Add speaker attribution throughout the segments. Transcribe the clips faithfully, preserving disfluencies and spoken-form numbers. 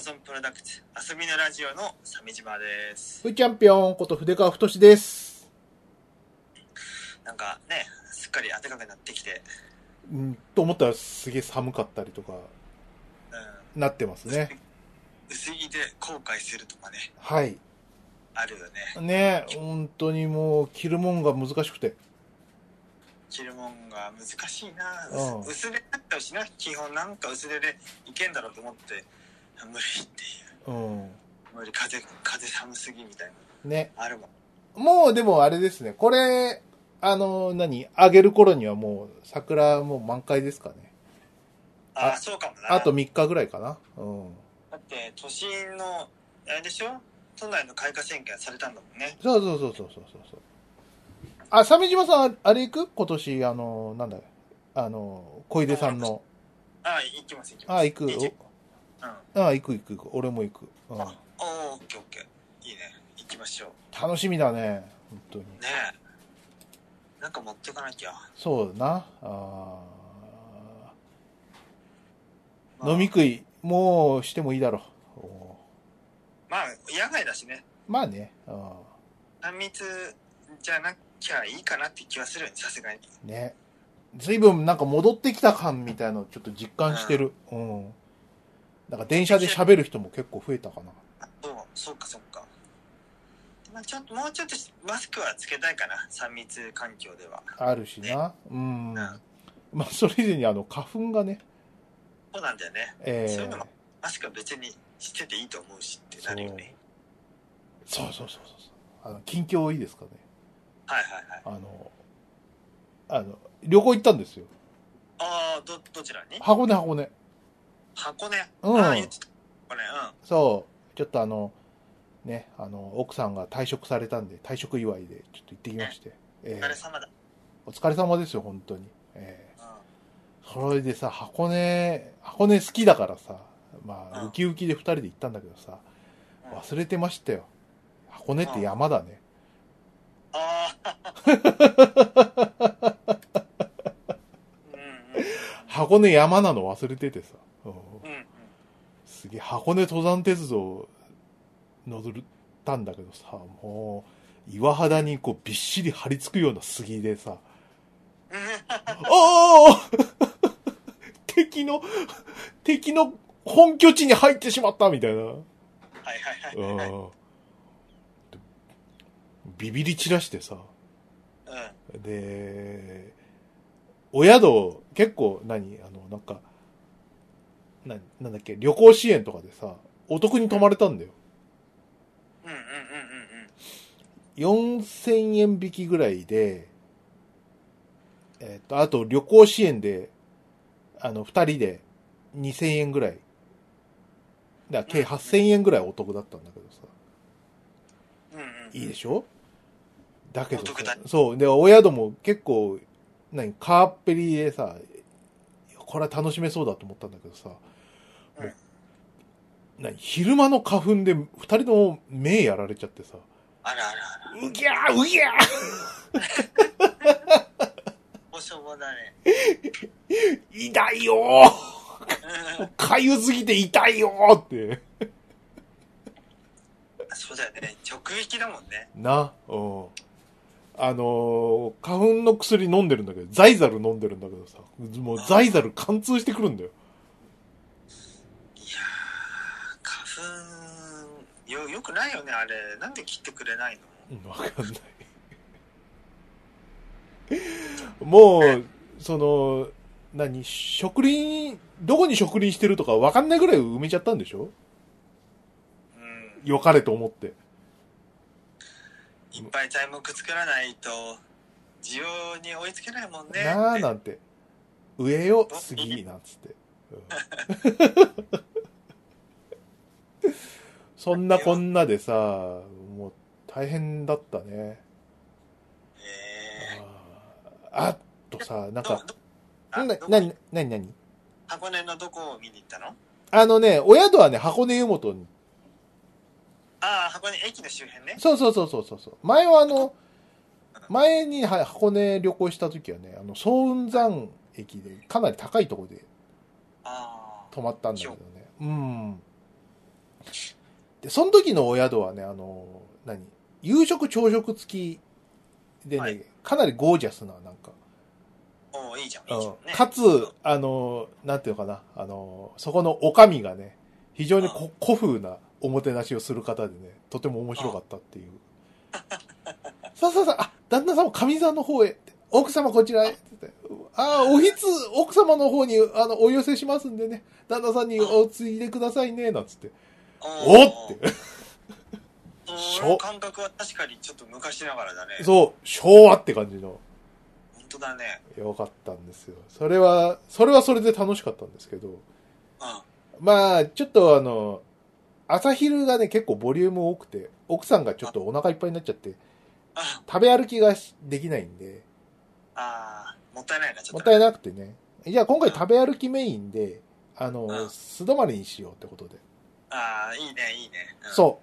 Speaker 1: ゾンプロダクツ遊びのラジオの鮫島です。
Speaker 2: ふいチャンピオンこと筆川太です。
Speaker 1: なんかね、すっかり暖かくなってきて、
Speaker 2: うんと思ったらすげえ寒かったりとか、うん、なってますね。
Speaker 1: 薄着で後悔するとかね。
Speaker 2: はい。
Speaker 1: あるよね。
Speaker 2: ねえ、本当にもう着るもんが難しくて。
Speaker 1: 着るもんが難しいな。
Speaker 2: うん、
Speaker 1: 薄手だったしな。基本なんか薄手でいけんだろうと思って無理っていう。うん。無理、風風寒すぎみたいな。ね。あるもん。
Speaker 2: もうでもあれですね。これあの何あげる頃にはもう桜もう満開ですかね。
Speaker 1: ああ、そうかもな。
Speaker 2: あとみっかぐらいかな。うん。
Speaker 1: だって都心のあれでしょ。都内の開花宣言されたんだもんね。
Speaker 2: そうそうそうそうそうそう。あ、鮫島さん、あれ行く今年、あの、なんだあの、小出さんの。
Speaker 1: ああ、行きます、行きます。
Speaker 2: あ、行く。うん。あ、行く行く行く。俺も行く。うん。あ、
Speaker 1: おー、オッケーオッケー。いいね。行きましょう。
Speaker 2: 楽しみだね。本当に。ね
Speaker 1: え。なんか持ってかなきゃ。
Speaker 2: そうだな。あ、まあ、飲み食い、もうしてもいいだろう。
Speaker 1: まあ、野外だしね。
Speaker 2: まあね。あ
Speaker 1: あんみつじゃなきゃいいかなって気はするよね、さすがに。ね。
Speaker 2: 随分なんか戻ってきた感みたいなのをちょっと実感してる。うん。うん、なんか電車で喋る人も結構増えたかな。
Speaker 1: あ、そう、そうかそうか。まあちょっと、もうちょっとマスクはつけたいかな、さん密環境では。
Speaker 2: あるしな。ね、うん。うん、まあ、それ以前にあの、花粉がね。
Speaker 1: そうなんだよね。えー、そういうのも、マスクは別にしてていいと思うしってなるよね。
Speaker 2: そうそうそうそうそう。あの、近況いいですかね。
Speaker 1: はいはいはい。
Speaker 2: あの、あの、旅行行ったんですよ。
Speaker 1: ああ、ど、どちらに？
Speaker 2: 箱根箱根。
Speaker 1: 箱根。
Speaker 2: うん。
Speaker 1: ああ、言ってた。箱根、うん。
Speaker 2: そう。ちょっとあの、ね、あの、奥さんが退職されたんで、退職祝いでちょっと行ってきまして。
Speaker 1: えー、お疲れ様だ。
Speaker 2: お疲れ様ですよ、本当に。えー、うん、それでさ、箱根、箱根好きだからさ、まあ、ウキウキで二人で行ったんだけどさ、うん、忘れてましたよ。箱根って山だね。うん、ああ。箱根山なの忘れててさ。うんうん、すげえ、箱根登山鉄道乗ったんだけどさ、もう、岩肌にこうびっしり張り付くような杉でさ、おー敵の、敵の本拠地に入ってしまったみたいな。はいはいはい、はい、うん。ビビり散らしてさ。うん、で、お宿、結構何、あの、なんか、な、なんだっけ、旅行支援とかでさ、お得に泊まれたんだよ。うんうんうんうんうん。よんせんえん引きぐらいで、えっと、あと旅行支援で、あの、二人でにせんえんぐらい。だから計はっせんえんぐらいお得だったんだけどさ。うんうん。いいでしょ？だけどさ、そう。で、お宿も結構、何、カーッペリでさ、これは楽しめそうだと思ったんだけどさ、もう、何、昼間の花粉で二人とも目やられちゃってさ、あらあらあら。うぎゃーうぎゃー
Speaker 1: おしょぼだね。
Speaker 2: 痛いよーかゆすぎて痛いよーって。
Speaker 1: そうだよね。直撃だもんね。
Speaker 2: な、うん。あのー、花粉の薬飲んでるんだけど、ザイザル飲んでるんだけどさ、もうザイザル貫通してくるんだよ。
Speaker 1: いやー、花粉、よ、よくないよね、あれ。なんで切ってくれないの？
Speaker 2: わかんない。もう、その、何、植林、どこに植林してるとかわかんないぐらい埋めちゃったんでしょ？うん。よかれと思って。
Speaker 1: いっぱい材木作らないと、需要に追いつけないもんね。
Speaker 2: なあなんて。植えよ、杉、なんつって。うん、そんなこんなでさ、もう大変だったね。へえ。あっとさ、なんか、な、な、なに、なになに
Speaker 1: 箱根のどこを見に行ったの？
Speaker 2: あのね、お宿はね、箱根湯本に。
Speaker 1: ああ、箱根駅の周辺ね。
Speaker 2: そうそうそうそうそう。前はあの、前に箱根旅行した時はね、あの、総雲山駅でかなり高いところで泊まったんだけどね。うん。 で、その時のお宿はね、あの、何夕食朝食付きでね、はい、かなりゴージャスな、なんか。
Speaker 1: おいいじゃん、いいじゃん、ね。
Speaker 2: かつ、あの、なんていうのかな、あの、そこのおかみがね、非常に古風なおもてなしをする方でね、とても面白かったっていう。さあさあさあ、あ、旦那様上座の方へ、奥様こちらへ、って言って、ああ、おひつ、奥様の方に、あの、お寄せしますんでね、旦那さんにおついでくださいね、なんつって。おっって。
Speaker 1: その感覚は確かにちょっと昔ながらだね。
Speaker 2: そう、昭和って感じの。
Speaker 1: 本当だね。
Speaker 2: よかったんですよ。それは、それはそれで楽しかったんですけど。うん。まあ、ちょっとあの、朝昼がね、結構ボリューム多くて、奥さんがちょっとお腹いっぱいになっちゃって、食べ歩きができないんで。
Speaker 1: ああ、もったいないな、ちょっと。
Speaker 2: もったいなくてね。じゃあ今回食べ歩きメインで、あの、素泊まりにしようってことで。
Speaker 1: ああ、いいね、いいね。
Speaker 2: うん、そう。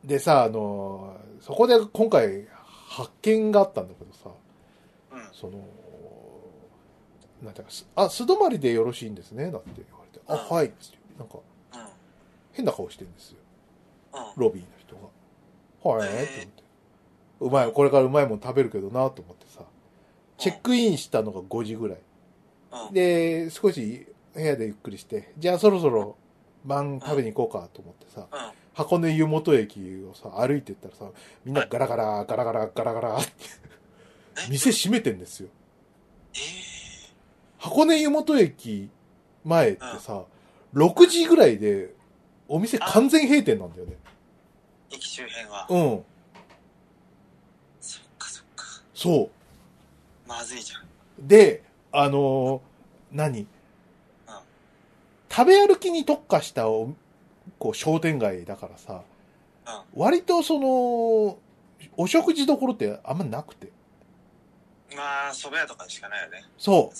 Speaker 2: でさ、あの、そこで今回発見があったんだけどさ、うん、その、なんていうか、あ、素泊まりでよろしいんですね、なんて言われて、うん、あ、はい、なんか、うん、変な顔してるんですよ。うん、ロビーの人が。はい、って思って。うまい、これからうまいもん食べるけどなと思ってさ、チェックインしたのがごじぐらい。うん、で、少し部屋でゆっくりして、じゃあそろそろ晩食べに行こうかと思ってさ、うん、箱根湯本駅をさ、歩いてったらさ、みんなガラガラ、ガラガラ、ガラガラって、店閉めてんですよ。えー、箱根湯本駅前ってさ、うん、ろくじぐらいでお店完全閉店なんだよね。
Speaker 1: 駅周辺は。
Speaker 2: うん。
Speaker 1: そっかそっか。
Speaker 2: そう。
Speaker 1: まずいじゃん。
Speaker 2: で、あのー、何、うん、食べ歩きに特化したこう商店街だからさ、うん、割とその、お食事どころってあんまなくて。
Speaker 1: まあ、蕎麦屋とかしかないよね。
Speaker 2: そう。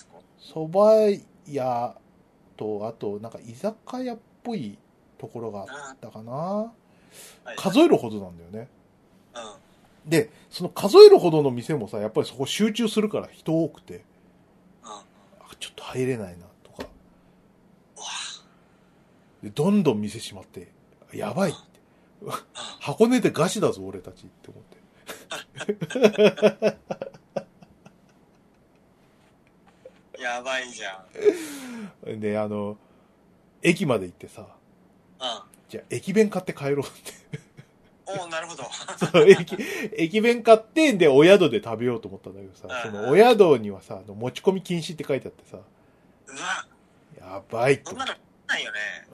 Speaker 2: 蕎麦屋と、あと、なんか居酒屋っぽいところがあったかな。はい、数えるほどなんだよね。うん。で、その数えるほどの店もさ、やっぱりそこ集中するから人多くて、うん、ちょっと入れないなとか。で、どんどん店閉まって、やばいって。うん、箱根でガチだぞ、俺たちって思って。
Speaker 1: やばいじゃ
Speaker 2: ん。で、あの、駅まで行ってさ、うん、じゃあ駅弁買って帰ろうって。
Speaker 1: おお、なるほど。
Speaker 2: そう、駅、駅弁買って、で、お宿で食べようと思ったんだけどさ、うん、そのお宿にはさ、あの持ち込み禁止って書いてあってさ、
Speaker 1: うわ、
Speaker 2: やばいって。
Speaker 1: そんなのないよね。
Speaker 2: うん。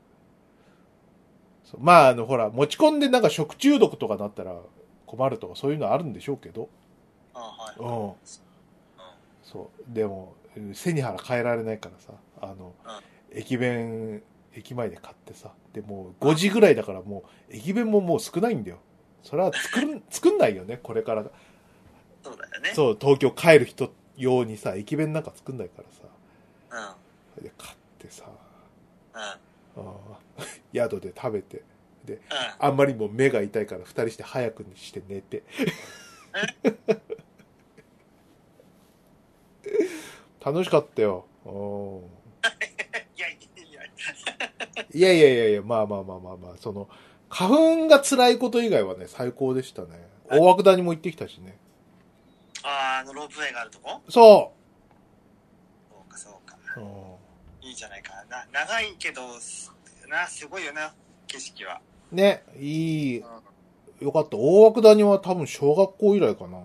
Speaker 2: そう、まあ、あの、ほら、持ち込んでなんか食中毒とかなったら困るとかそういうのあるんでしょうけど。あ、はい。うん。うん、そう。でも、背に腹変えられないからさ、あの、うん、駅弁、駅前で買ってさ、でもうごじぐらいだからもう駅弁ももう少ないんだよ。それは作る作んないよね、これから。
Speaker 1: そうだよね。
Speaker 2: そう、東京帰る人用にさ、駅弁なんか作んないからさ。うん。それで買ってさ、うん。あ宿で食べて、で、うん、あんまりもう目が痛いから二人して早くにして寝て。楽しかったよ。おいやいやいやいやいや、まあまあまあまあまあ、その、花粉が辛いこと以外はね、最高でしたね。大涌谷も行ってきたしね。
Speaker 1: ああ、あのロープウェイがあるとこ？
Speaker 2: そう。
Speaker 1: そうかそうか。いいじゃないかな。長いけど、な、すごいよな、景色は。
Speaker 2: ね、いい。うん、よかった。大涌谷は多分小学校以来かな。うん。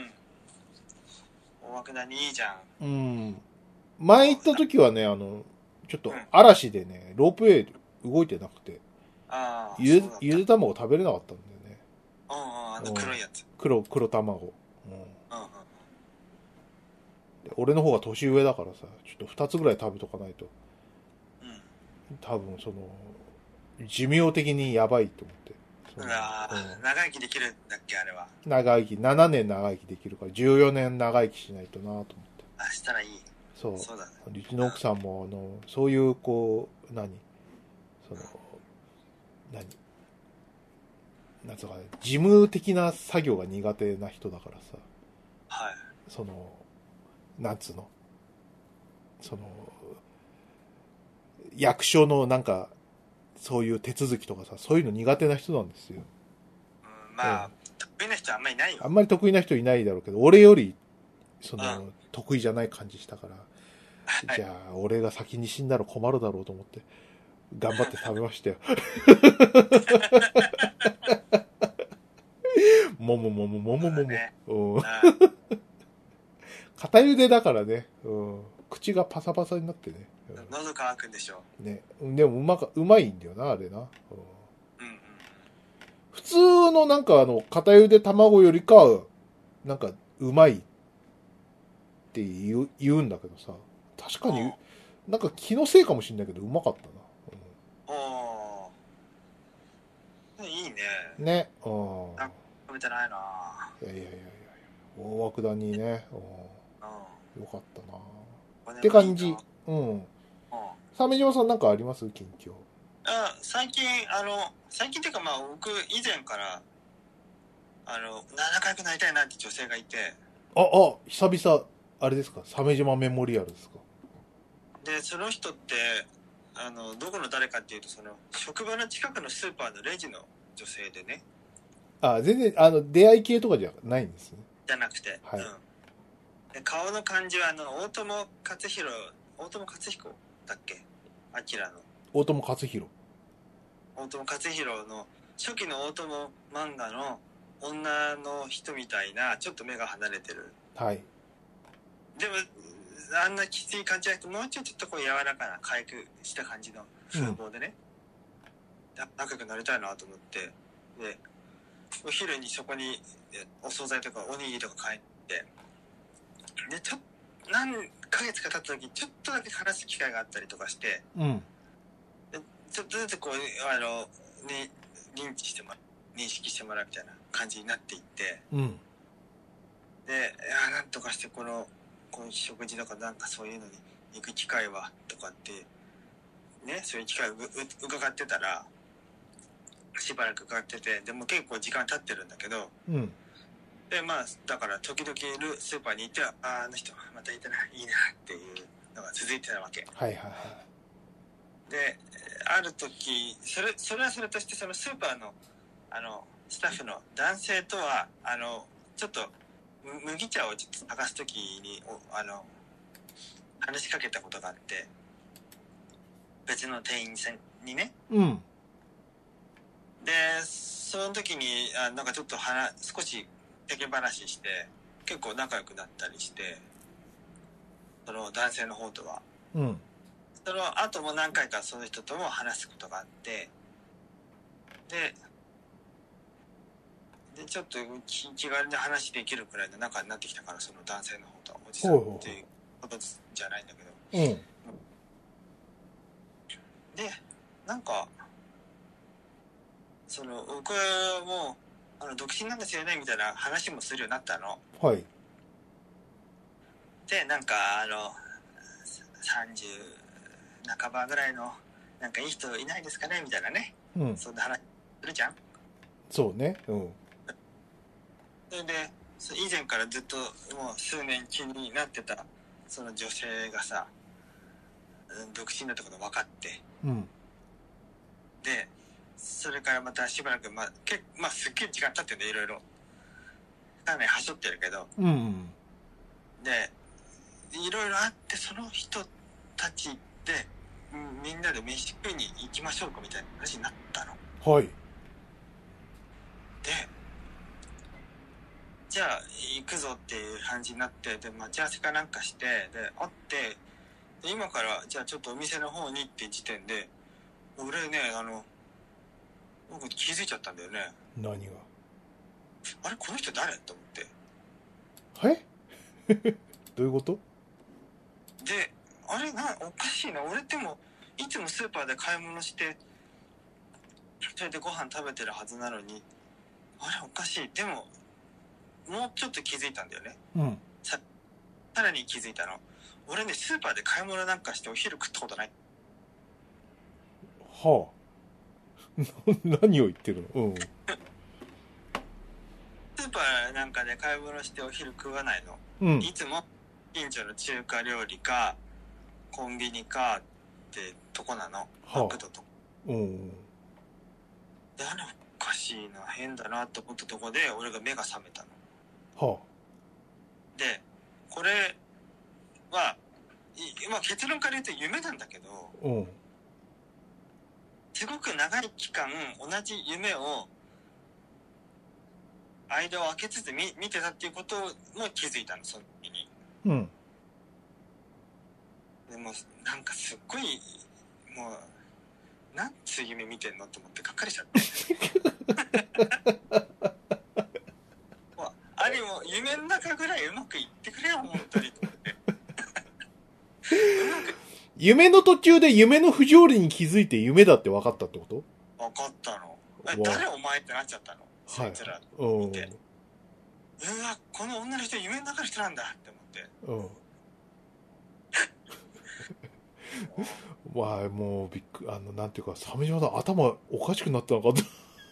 Speaker 1: 大涌谷いいじゃん。
Speaker 2: うん。前行った時はね、あの、ちょっと嵐でね、ロープウェイ動いてなくて、ああ、ゆで、ゆで卵食べれなかったんだよね。
Speaker 1: うんうん、あの黒いやつ。
Speaker 2: 黒、黒卵。うん。うんうん、で俺の方が年上だからさ、ちょっと二つぐらい食べとかないと。うん。多分その、寿命的にやばいと思って。
Speaker 1: うわ、うん、長生きできるんだっけ、あれは。
Speaker 2: 長生き、ななねん長生きできるから、じゅうよねん長生きしないとなと思って。
Speaker 1: あ、したらいい。
Speaker 2: そう。そうだね。うちの奥さんも、あの、そういう、こう、何その、何なんつうかね、事務的な作業が苦手な人だからさ。はい。その、なんつうのその、役所のなんか、 そういう手続きとかさ、そういうの苦手な人なんですよ。
Speaker 1: うん、まあ、うん、得意な人はあんまりいないよ。
Speaker 2: あんまり得意な人いないだろうけど、俺より、その、うん、得意じゃない感じしたから、はい、じゃあ、俺が先に死んだら困るだろうと思って、頑張って食べましたよ。もももももももも。ね、うん。片茹でだからね、うん。口がパサパサになってね。
Speaker 1: うん、喉乾くんでしょ。
Speaker 2: ね。でもうまか、うまいんだよな、あれな。うん。うんうん、普通のなんかあの、片茹で卵よりかは、なんか、うまいって言う、言うんだけどさ。確かに、なんか気のせいかもしれないけど、うまかったな。
Speaker 1: ああ、いいね。
Speaker 2: ね。うん。
Speaker 1: あ、食べてないな。
Speaker 2: いやいやいやいや、大涌谷にね。うん。よかったな。って感じ。うん。うん。鮫島さんなんかあります近況？
Speaker 1: あ、最近、あの、最近っていうかまあ僕以前から、あの、仲良くなりたいなって女性がいて。
Speaker 2: あ、あ、久々、あれですか？鮫島メモリアルですか？
Speaker 1: で、その人って、あの、どこの誰かっていうと、その、職場の近くのスーパーのレジの女性でね。
Speaker 2: あ、全然、あの、出会い系とかじゃないんですね。
Speaker 1: じゃなくて。はい。うん。で、顔の感じは、あの、大友克洋、大友克彦だっけ？アキラの。
Speaker 2: 大友克洋。
Speaker 1: 大友克洋の、初期の大友漫画の女の人みたいな、ちょっと目が離れてる。
Speaker 2: はい。
Speaker 1: でも、あんなきつい感じじゃなくて、もうちょっとこう柔らかな回復した感じの風貌でね、うん、仲良くなりたいなと思って、で、お昼にそこにお惣菜とかおにぎりとか買って、で、ちょっと、何ヶ月か経った時、ちょっとだけ話す機会があったりとかして、
Speaker 2: うん、
Speaker 1: でちょっとずつこう、あの、ね、認知してもらう、認識してもらうみたいな感じになっていって、
Speaker 2: うん、
Speaker 1: で、いや、なんとかしてこの、こういう食事とかなんかそういうのに行く機会はとかってね、そういう機会を伺ってたらしばらく伺ってて、でも結構時間経ってるんだけど、
Speaker 2: うん、
Speaker 1: でまあだから時々スーパーに行ってはああの人またいたないいなっていうのが続いてたわけ。
Speaker 2: はいはいはい。
Speaker 1: である時それそれはそれとしてそのスーパーのあのスタッフの男性とはあのちょっと麦茶をちょっと探すときにあの話しかけたことがあって、別の店員さんにね、
Speaker 2: うん、
Speaker 1: でその時にあなんかちょっと話少し世間話して結構仲良くなったりして、その男性の方とは、
Speaker 2: うん、
Speaker 1: その後も何回かその人とも話すことがあって、ででちょっと気軽に話できるくらいの仲になってきたから、その男性の方とはおじさんっていうことじゃないんだけど、
Speaker 2: うん、
Speaker 1: でなんかその僕もあの独身なんですよねみたいな話もするようになったの。
Speaker 2: はい。
Speaker 1: でなんかあのさんじゅう半ばぐらいのなんかいい人いないですかねみたいなね、
Speaker 2: うん、
Speaker 1: そんな話するじゃん。
Speaker 2: そうね。うん。
Speaker 1: それで以前からずっともう数年気になってたその女性がさ、独身だったこと分かって、
Speaker 2: うん、
Speaker 1: でそれからまたしばらくまあけまあすっげえ時間経ってるんでいろいろかなりはしょってるけど、
Speaker 2: うんうん、
Speaker 1: でいろいろあってその人たちでみんなで飯食いに行きましょうかみたいな話になったの。
Speaker 2: はい。
Speaker 1: でじゃあ行くぞっていう感じになって、で待ち合わせかなんかしてで会って、で今からじゃあちょっとお店の方にって時点で俺ねあの僕気づいちゃったんだよね。
Speaker 2: 何が？
Speaker 1: あれこの人誰と思って。
Speaker 2: えどういうこと？
Speaker 1: であれなおかしいな、俺でもいつもスーパーで買い物してそれでご飯食べてるはずなのに、あれおかしい。でももうちょっと気づいたんだよね、
Speaker 2: うん、
Speaker 1: さ, さらに気づいたの。俺ねスーパーで買い物なんかしてお昼食ったことない。
Speaker 2: はあ何を言ってるの？うん
Speaker 1: スーパーなんかで買い物してお昼食わないの、
Speaker 2: うん、
Speaker 1: いつも近所の中華料理かコンビニかってとこなの、
Speaker 2: はあ、
Speaker 1: マクドと
Speaker 2: うん。
Speaker 1: で、あれおかしいな、変だなって思ったところで、俺が目が覚めた
Speaker 2: の。は
Speaker 1: あ。で、これは、まあ結論から言うと夢なんだけど、
Speaker 2: うん。
Speaker 1: すごく長い期間、同じ夢を、間を空けつつ見見てたっていうことも気づいたの、その時に。
Speaker 2: うん。
Speaker 1: でも、なんかすっごい、もう、なんつう夢見てんのって思ってがっかりしちゃって。もうあれも夢の中ぐらいうまくいってくれよ、本当にと思って。うまく
Speaker 2: 夢の途中で夢の不条理に気づいて夢だって分かったってこと？
Speaker 1: 分かったの。え、誰お前ってなっちゃったの。そいつら見て。うわ、この女の人夢の中の人なんだって思って。
Speaker 2: うん。まあ、もうびっくり、あの、なんていうか、鮫島さん頭おかしくなったのかと。い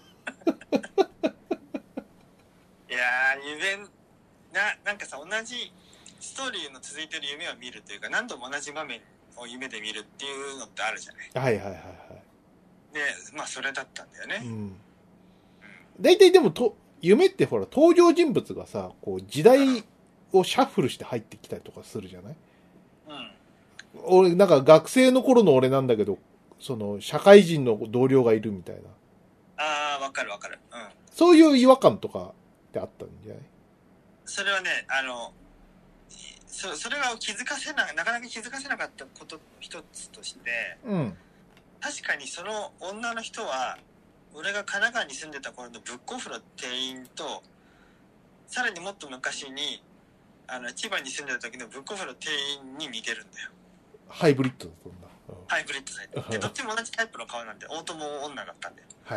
Speaker 1: やー、夢、な、なんかさ、同じストーリーの続いてる夢を見るというか、何度も同じ場面を夢で見るっていうのってあるじゃない。
Speaker 2: はいはいはいはい。
Speaker 1: で、まあそれだったんだよね。うん。
Speaker 2: 大体でもと、夢ってほら、登場人物がさ、こう、時代をシャッフルして入ってきたりとかするじゃない？うん。俺、なんか学生の頃の俺なんだけど、その、社会人の同僚がいるみたいな。
Speaker 1: ああ、わかるわかる。うん。
Speaker 2: そういう違和感とかってあったんじゃない？
Speaker 1: それはね、あの、そ, それが気づかせな、なかなか気づかせなかったこと一つとして、うん、確かにその女の人は、俺が神奈川に住んでた頃のブックオフの店員と、さらにもっと昔に、あの、千葉に住んでた時のブックオフの店員に似てるんだよ。
Speaker 2: ハイブリッドだったんだ。
Speaker 1: うん、ハイブリッドされて。で、どっちも同じタイプの顔なんで、大友女だったんだよ。はい。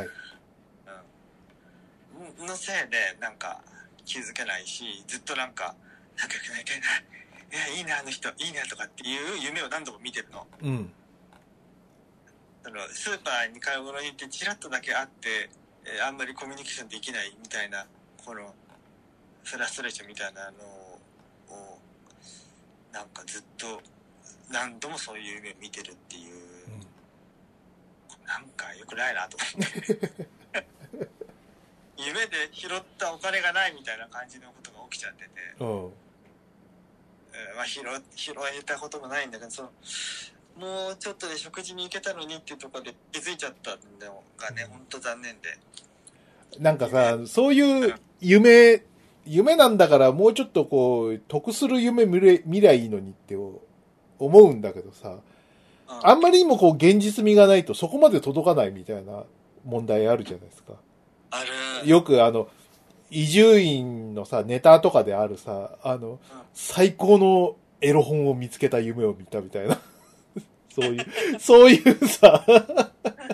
Speaker 1: うん。のせいで、なんか、気づけないし、ずっとなんか、仲良くなりたいな。いや、いいな、あの人、いいなとかっていう夢を何度も見てるの。うん。そのスーパーに買い物に行ってチラッとだけ会って、えー、あんまりコミュニケーションできないみたいな、このフラストレーションみたいなのを、なんかずっと何度もそういう夢を見てるっていう、うん、なんか良くないなと思って夢で拾ったお金がないみたいな感じのことが起きちゃってて、うんまあ、拾, 拾えたこともないんだけど、そのもうちょっとで食事に行けたのにっていうところで気づいちゃったのがね、本当残念で。
Speaker 2: なんかさ、そういう夢、夢なんだからもうちょっとこう、得する夢見れ、見りゃいいのにって思うんだけどさ、うん、あんまりにもこう現実味がないとそこまで届かないみたいな問題あるじゃないですか。ある。よくあの、伊集院のさ、ネタとかであるさ、あの、うん、最高のエロ本を見つけた夢を見たみたいな。そういう、そういうさ、あ、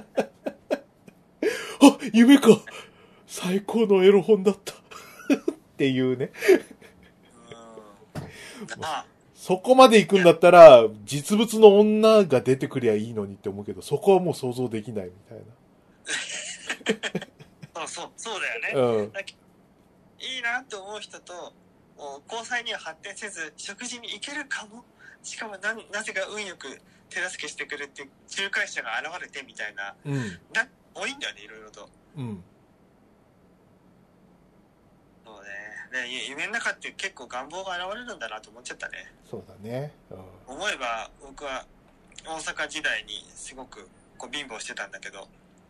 Speaker 2: 夢か最高のエロ本だったっていうね。うんあそこまで行くんだったら、実物の女が出てくりゃいいのにって思うけど、そこはもう想像できないみたい
Speaker 1: な。そう、そうだよね。うん。いいなって思う人と、交際には発展せず、食事に行けるかも。しかもな、なぜか運よく手助けしてくれって仲介者が現れてみたいな、うん、な多いんだよね、いろいろと。うん。そうね。ね、夢の中って結構願望が現れるんだなと思っちゃったね。
Speaker 2: そうだね。
Speaker 1: うん、思えば僕は大阪時代にすごくこう貧乏してたんだけど、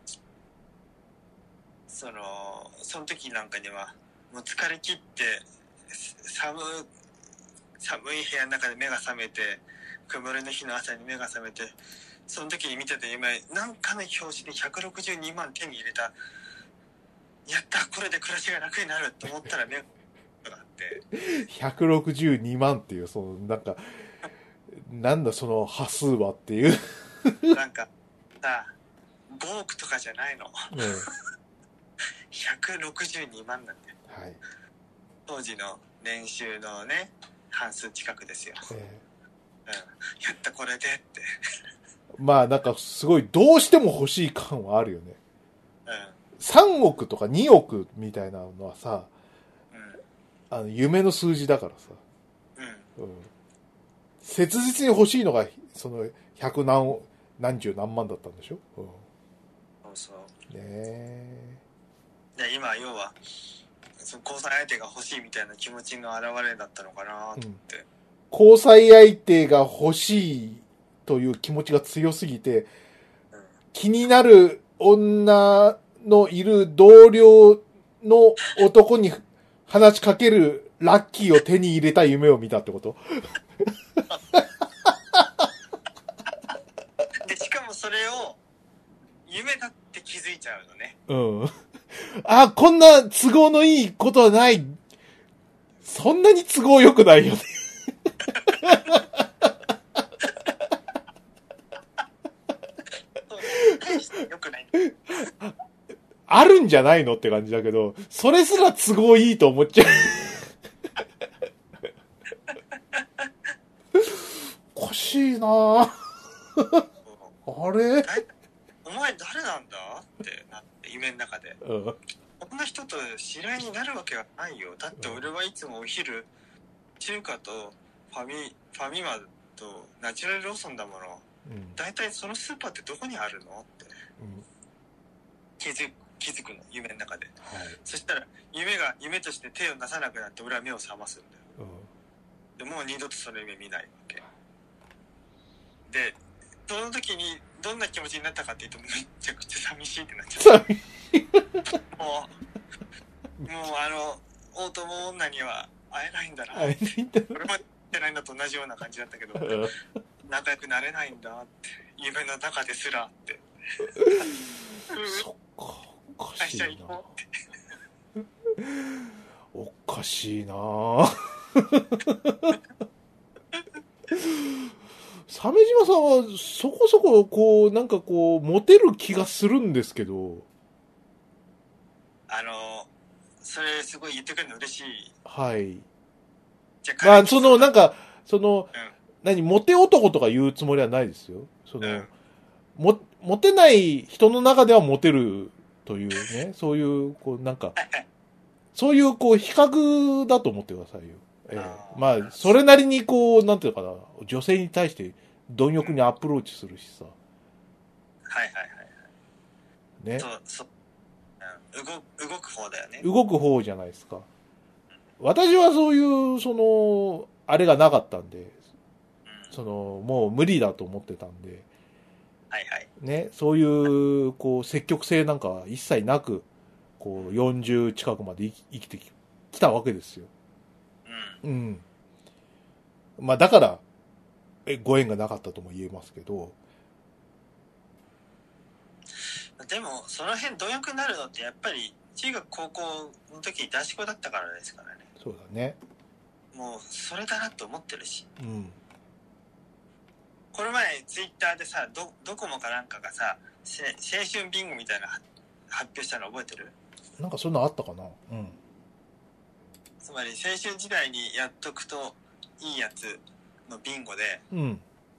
Speaker 1: そのその時なんかにはもう疲れ切って寒寒い部屋の中で目が覚めて。曇りの日の朝に目が覚めて、その時に見てた夢、なんかの表示でひゃくろくじゅうにまん手に入れた、やったこれで暮らしが楽になると思ったら目があって
Speaker 2: ひゃくろくじゅうにまんっていうそのなんかなんだその波数はっていう
Speaker 1: なんかさごおくとかじゃないの、うん、ひゃくろくじゅうにまんなんだよ、はい、当時の年収のね半数近くですよ、えーうん、やったこれでって
Speaker 2: まあなんかすごいどうしても欲しい感はあるよね、うん、さんおくとかにおくみたいなのはさ、うん、あの夢の数字だからさ、うんうん、切実に欲しいのがその百何何十何万だったんでしょ、うん、
Speaker 1: そう
Speaker 2: ねえ。
Speaker 1: で今要はその交際相手が欲しいみたいな気持ちの表れだったのかなって、うん、
Speaker 2: 交際相手が欲しいという気持ちが強すぎて、うん、気になる女のいる同僚の男に話しかけるラッキーを手に入れた夢を見たってこと
Speaker 1: でしかもそれを夢だって気づいちゃうのね。
Speaker 2: うん。あ、こんな都合のいいことはない。そんなに都合良くないよね。
Speaker 1: 良くない。
Speaker 2: あるんじゃないのって感じだけど、それすら都合いいと思っちゃう。おかしいなぁ。あれ
Speaker 1: お前誰なんだってなって夢の中で、うん、こんな人と知り合いになるわけがないよ。だって俺はいつもお昼中華とファミファミマとナチュラルローソンだもの、うん、だいたいそのスーパーってどこにあるのって、うん、気づ気づくの夢の中で、はい、そしたら夢が夢として手を出さなくなって俺は目を覚ますんだよ、うん、でもう二度とその夢見ないわけで、その時にどんな気持ちになったかっていうとめちゃくちゃ寂しいってなっちゃう。寂しいもうもうあの大友女には会えないんだな、会えないんだ俺も会えないんだと同じような感じだったけど仲良くなれないんだって夢の中ですらって
Speaker 2: そっか、おかしいなおかしいな鮫島さんはそこそここうなんかこうモテる気がするんですけど、
Speaker 1: あのそれすごい言ってくれるの嬉しい。
Speaker 2: はい。じゃあまあそのなんかその、うん、何モテ男とか言うつもりはないですよ。その、うん、もモテない人の中ではモテるというねそういうこうなんかそういうこう比較だと思ってくださいよ。えー、まあそれなりにこうなんていうのかな、女性に対して貪欲にアプローチするしさ、
Speaker 1: はいはいはいね、そうそう、うん、動, 動く方だよね。
Speaker 2: 動く方じゃないですか。私はそういうそのあれがなかったんで、うん、そのもう無理だと思ってたんで、
Speaker 1: はいはい
Speaker 2: ね、そういうこう積極性なんか一切なくこうよんじゅう近くまで生きてきたわけですよ。うん。まあだからえご縁がなかったとも言えますけど。
Speaker 1: でもその辺貪欲になるのってやっぱり中学高校の時男子校だったからですからね。
Speaker 2: そうだね。
Speaker 1: もうそれだなと思ってるし。
Speaker 2: うん。
Speaker 1: この前ツイッターでさ、ドドコモかなんかがさ、青春ビンゴみたいな発表したの覚えてる？
Speaker 2: なんかそんなあったかな。うん。
Speaker 1: つまり青春時代にやっとくといいやつのビンゴで、
Speaker 2: うん、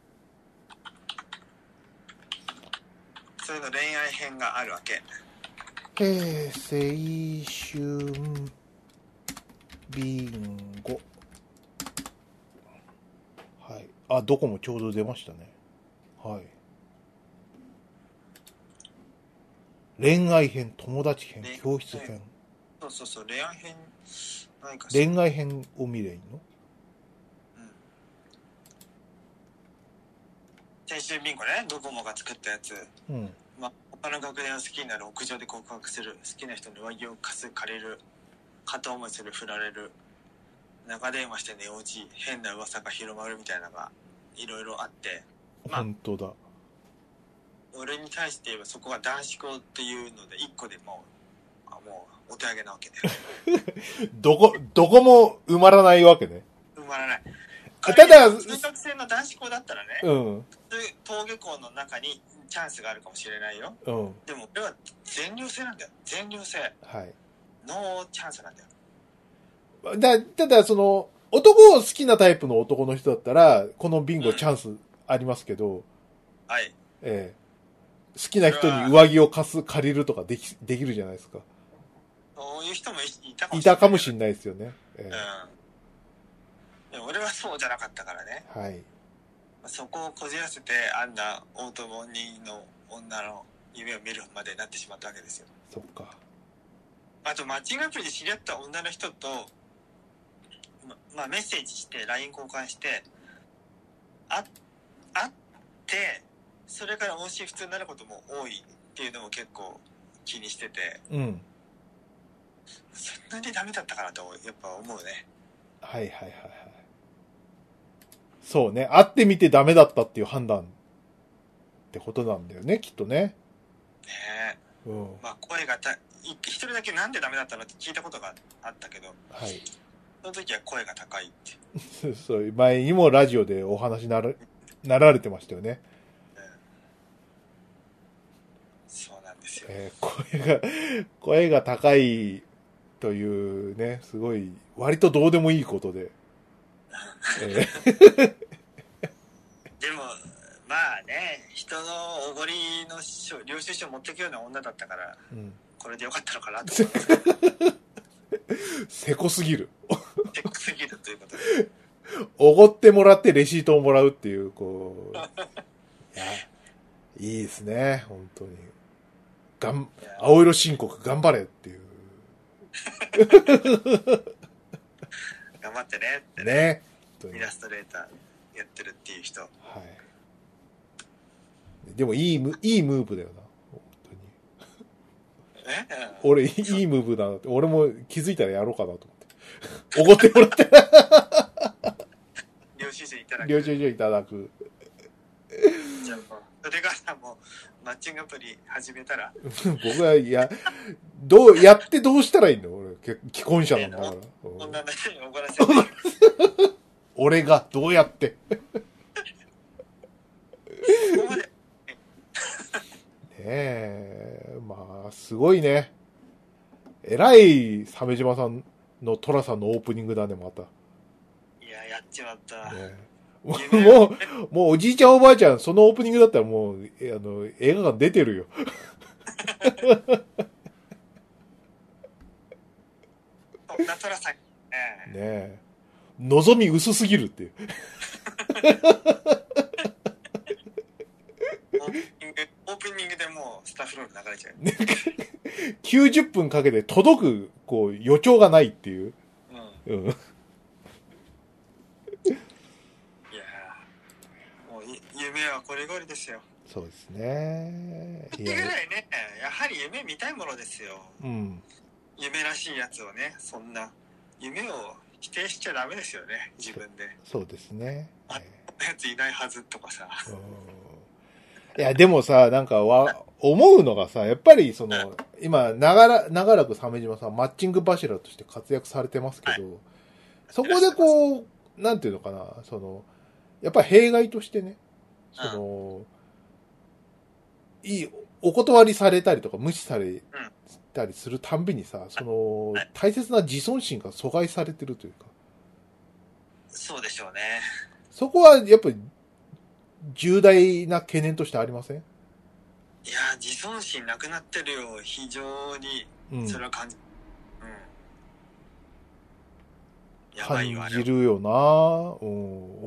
Speaker 1: それの恋愛編があるわけ。
Speaker 2: えー、青春ビンゴ、はい、あ、どこもちょうど出ましたね。はい。恋愛編、友達編、教室編。
Speaker 1: そうそうそう、恋愛編ないか
Speaker 2: しら。恋愛編を見れんの？
Speaker 1: うん。青春ビンゴね、ドコモが作ったやつ。
Speaker 2: うん。
Speaker 1: まあ、他の学年を好きになる、屋上で告白する、好きな人に上着を貸す、借りる、片思いする、振られる、長電話して寝落ち、変な噂が広まるみたいなのがいろいろあって、
Speaker 2: まあ、本当だ。
Speaker 1: 俺に対して言えばそこが男子校っていうので一個でもう、あ、もうお手上げなわけだよ。
Speaker 2: どこ、どこも埋まらないわけね。
Speaker 1: 埋まらない。
Speaker 2: ただ、
Speaker 1: 通学生の男子校だったらね、
Speaker 2: うん、
Speaker 1: 登下校の中にチャンスがあるかもしれないよ。
Speaker 2: うん、
Speaker 1: でも俺は全寮制なんだよ。全寮制。
Speaker 2: はい。
Speaker 1: ノーチャンスなんだよ。
Speaker 2: だ、ただその、男を好きなタイプの男の人だったら、このビンゴチャンスありますけど、うん、
Speaker 1: はい。
Speaker 2: ええ。好きな人に上着を貸す、借りるとかでき、できるじゃないですか。
Speaker 1: そういう人もいたかもしれない。
Speaker 2: いたかもしれないですよね。ええ、
Speaker 1: うん。でも俺はそうじゃなかったからね。
Speaker 2: はい。
Speaker 1: そこをこじらせて、あんなオートモニーの女の夢を見るまでになってしまったわけですよ。
Speaker 2: そっか。
Speaker 1: あとマッチングアプリで知り合った女の人と、ま、まあメッセージして ライン 交換してあ会ってそれから音信不通になることも多いっていうのも結構気にしてて、
Speaker 2: うん。
Speaker 1: そんなにダメだったかなとやっぱ思うね。
Speaker 2: はいはいはいはい。そうね。会ってみてダメだったっていう判断ってことなんだよね、きっとね。
Speaker 1: ねえ。
Speaker 2: うん。
Speaker 1: まあ声がた一人だけなんでダメだったのって聞いたことがあったけど、
Speaker 2: はい。
Speaker 1: その時は声が高いって。
Speaker 2: そう、前にもラジオでお話になら、なられてましたよね。
Speaker 1: うん、そうなんですよ。
Speaker 2: えー、声が、声が高いというね、すごい、割とどうでもいいことで。えー、
Speaker 1: でも、まあね、人のおごりの領収書を持っていくような女だったから、うん、これでよかったのかなと思いますけど。
Speaker 2: せこすぎる。
Speaker 1: せこすぎるということで。
Speaker 2: おごってもらってレシートをもらうっていう、こう。いや、いいですね、本当に。がん、青色申告頑張れっていう。
Speaker 1: 頑張ってねって
Speaker 2: ね。
Speaker 1: イラストレーターやってるっていう人。はい。
Speaker 2: でもいいム、いいムーブだよな。本当に。
Speaker 1: え、うん、
Speaker 2: 俺、いいムーブだなって。俺も気づいたらやろうかなと思って。おごってもらって。
Speaker 1: 領収書いただく。
Speaker 2: 領収書いただく。
Speaker 1: じゃあもう、それからもう、マッチングアプリ始めたら。
Speaker 2: 僕は、いや、どう、やってどうしたらいいの俺、既婚者なんだから。
Speaker 1: 女の人におごらせて。
Speaker 2: 俺が、どうやって。
Speaker 1: ここまで。ね
Speaker 2: え、まあ、すごいね。えらい、鮫島さんの寅さんのオープニングだね、また。
Speaker 1: いや、やっちまった。ね、
Speaker 2: もう、もうおじいちゃんおばあちゃん、そのオープニングだったらもう、あの、映画館出てるよ。
Speaker 1: そんな寅さん。ね
Speaker 2: え。望み薄すぎるっていう。
Speaker 1: オープニングでもうスタッフロール流れちゃう。
Speaker 2: きゅうじゅっぷんかけて届く、こう、予兆がないっていう。うん。うん、いや
Speaker 1: もう夢はこれごりですよ。
Speaker 2: そうですね。
Speaker 1: いやぐらいね、やはり夢見たいものですよ。うん。夢らしいやつをね、そんな、夢を否定しちゃダメですよね、自分で。
Speaker 2: そ, そうですね。
Speaker 1: あんなやついないはずとかさ。
Speaker 2: いや、でもさ、なんかわ、思うのがさ、やっぱりその、今、長ら、長らく鮫島さん、マッチング柱として活躍されてますけど、はい、そこでこう、なんていうのかな、その、やっぱり弊害としてね、その、うん、いい、お断りされたりとか無視されたりするたんびにさ、その、大切な自尊心が阻害されてるというか。
Speaker 1: そうでしょうね。そ
Speaker 2: こは、やっぱり、重大な懸念としてありません？
Speaker 1: いや自尊心なくなってるよ。非常にそれは感じ、
Speaker 2: うん、やばいよ感じるよな、うん、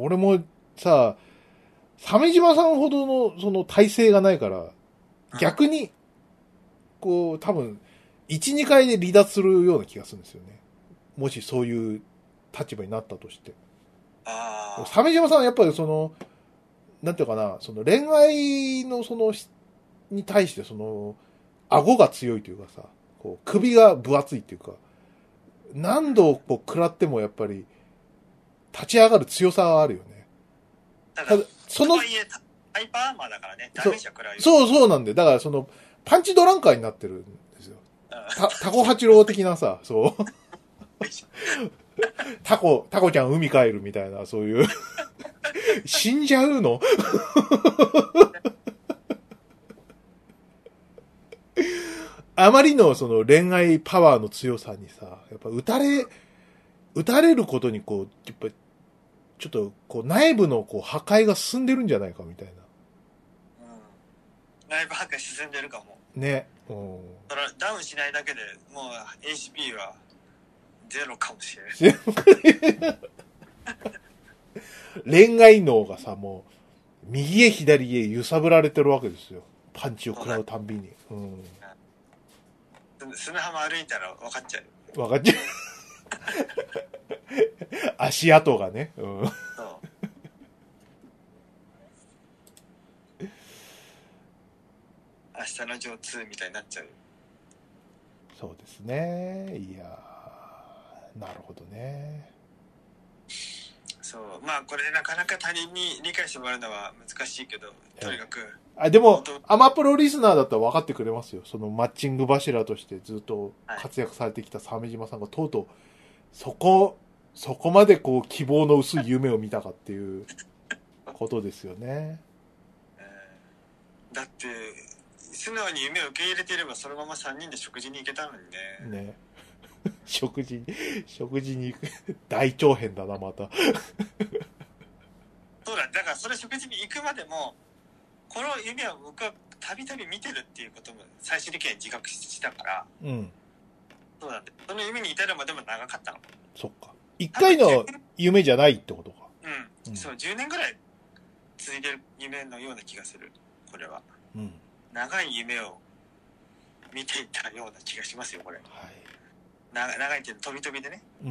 Speaker 2: 俺もさ鮫島さんほどのその体制がないから逆にこう多分 いち,に 回で離脱するような気がするんですよね。もしそういう立場になったとして。あ鮫島さんはやっぱりそのなんていうかな、その恋愛のその、に対してその、顎が強いというかさ、こう、首が分厚いっていうか、何度こう食らってもやっぱり、立ち上がる強さはあるよね。
Speaker 1: ただ、その、ハイパーアーマーだからね、ダメージは食らうよ。
Speaker 2: そう、そうなんで、だからその、パンチドランカーになってるんですよ。た、タコ八郎的なさ、そう。タコ、タコちゃん海帰るみたいな、そういう。死んじゃうのあまりのその恋愛パワーの強さにさ、やっぱ撃たれ、撃たれることにこう、やっぱちょっとこう内部のこう破壊が進んでるんじゃないかみたいな。
Speaker 1: うん。内部破壊進んでるかも。
Speaker 2: ね。うん。
Speaker 1: だからダウンしないだけでもう エイチピー はゼロかもしれない。
Speaker 2: 恋愛脳がさ、もう、右へ左へ揺さぶられてるわけですよ。 パンチを食らうたんびに。うん。
Speaker 1: 砂浜歩いたら分かっちゃう。
Speaker 2: 分かっちゃう。足跡がね。うん。そう。明日のジョーツーみたいになっちゃう。 そうですね。いやー、なるほどね。
Speaker 1: そう。まあこれなかなか他人に理解してもらうのは難しいけど、とにかく。
Speaker 2: あ、でも、アマプロリスナーだったら分かってくれますよ。そのマッチング柱としてずっと活躍されてきた鮫島さんがとうとう、そこ、そこまでこう希望の薄い夢を見たかっていうことですよね。
Speaker 1: だって、素直に夢を受け入れていればそのままさんにんで食事に行けたのにね。
Speaker 2: ね。食事に、食事に行く。大長編だな、また。
Speaker 1: そうだ、だからそれ食事に行くまでも、この夢は僕はたびたび見てるっていうことも最終的には自覚したから、
Speaker 2: うん。
Speaker 1: そうなんだ。その夢に至るまでも長かったの。
Speaker 2: そっか。一回の夢じゃないってことか。
Speaker 1: うん。うん、そう、じゅうねんぐらい続いてる夢のような気がする。これは。うん。長い夢を見ていたような気がしますよ、これ。はい。長, 長いっていうの飛び飛びでね。うん。うん、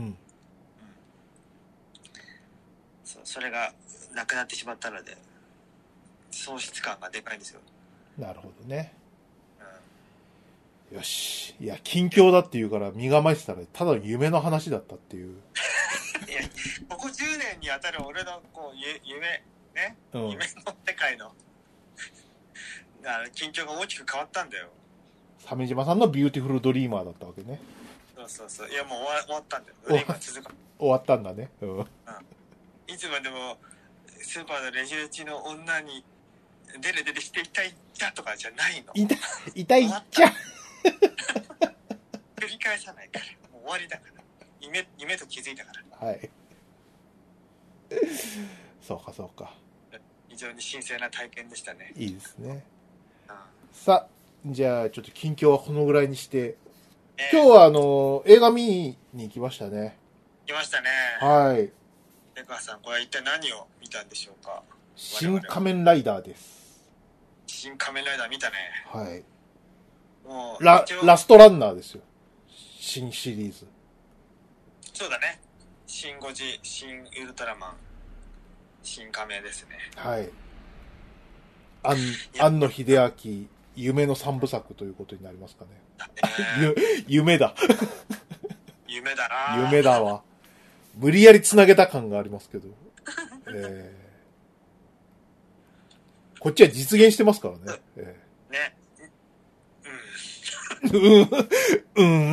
Speaker 1: そう、それがなくなってしまったので、喪失感がでかいんですよ。
Speaker 2: なるほどね。うん、よし。いや、近況だって言うから身構えてたら、ただ夢の話だったっていう。
Speaker 1: いや、ここじゅうねんにあたる俺のこう夢、ね、うん、夢の世界の近況が大きく変わったんだよ。
Speaker 2: 鮫島さんのビューティフルドリーマーだったわけね。
Speaker 1: そうそうそう。いや、もう終わ、終わったんだよ。ドリーマー続か
Speaker 2: 終わったんだね。うん。うん、
Speaker 1: いつまでもスーパーのレジ打ちの女にデレデレしていたいったとかじゃないの。
Speaker 2: いた、いたいっちゃ。
Speaker 1: 繰り返さないから。もう終わりだから。夢、夢と気づいたから。
Speaker 2: はい。そうかそうか。
Speaker 1: 非常に神聖な体験でしたね。
Speaker 2: いいですね。うん、さあ、じゃあちょっと近況はこのぐらいにして、えー、今日はあの映画見に行きましたね。
Speaker 1: 来ましたね。
Speaker 2: はい。
Speaker 1: 江川さん、これは一体何を見たんでしょうか。
Speaker 2: 新仮面ライダーです。
Speaker 1: 新仮面ライダー見たね。
Speaker 2: はい。
Speaker 1: もう
Speaker 2: ララストランナーですよ。新シリーズ。
Speaker 1: そうだね。新ゴジ、新ウルトラマン、新仮面ですね。
Speaker 2: はい。庵庵野秀明、夢の三部作ということになりますかね。ね夢だ。
Speaker 1: 夢だな。
Speaker 2: 夢だわ。無理やり繋げた感がありますけど。えー、こっちは実現してますからね。えー、
Speaker 1: ね。
Speaker 2: うん。うん。うん。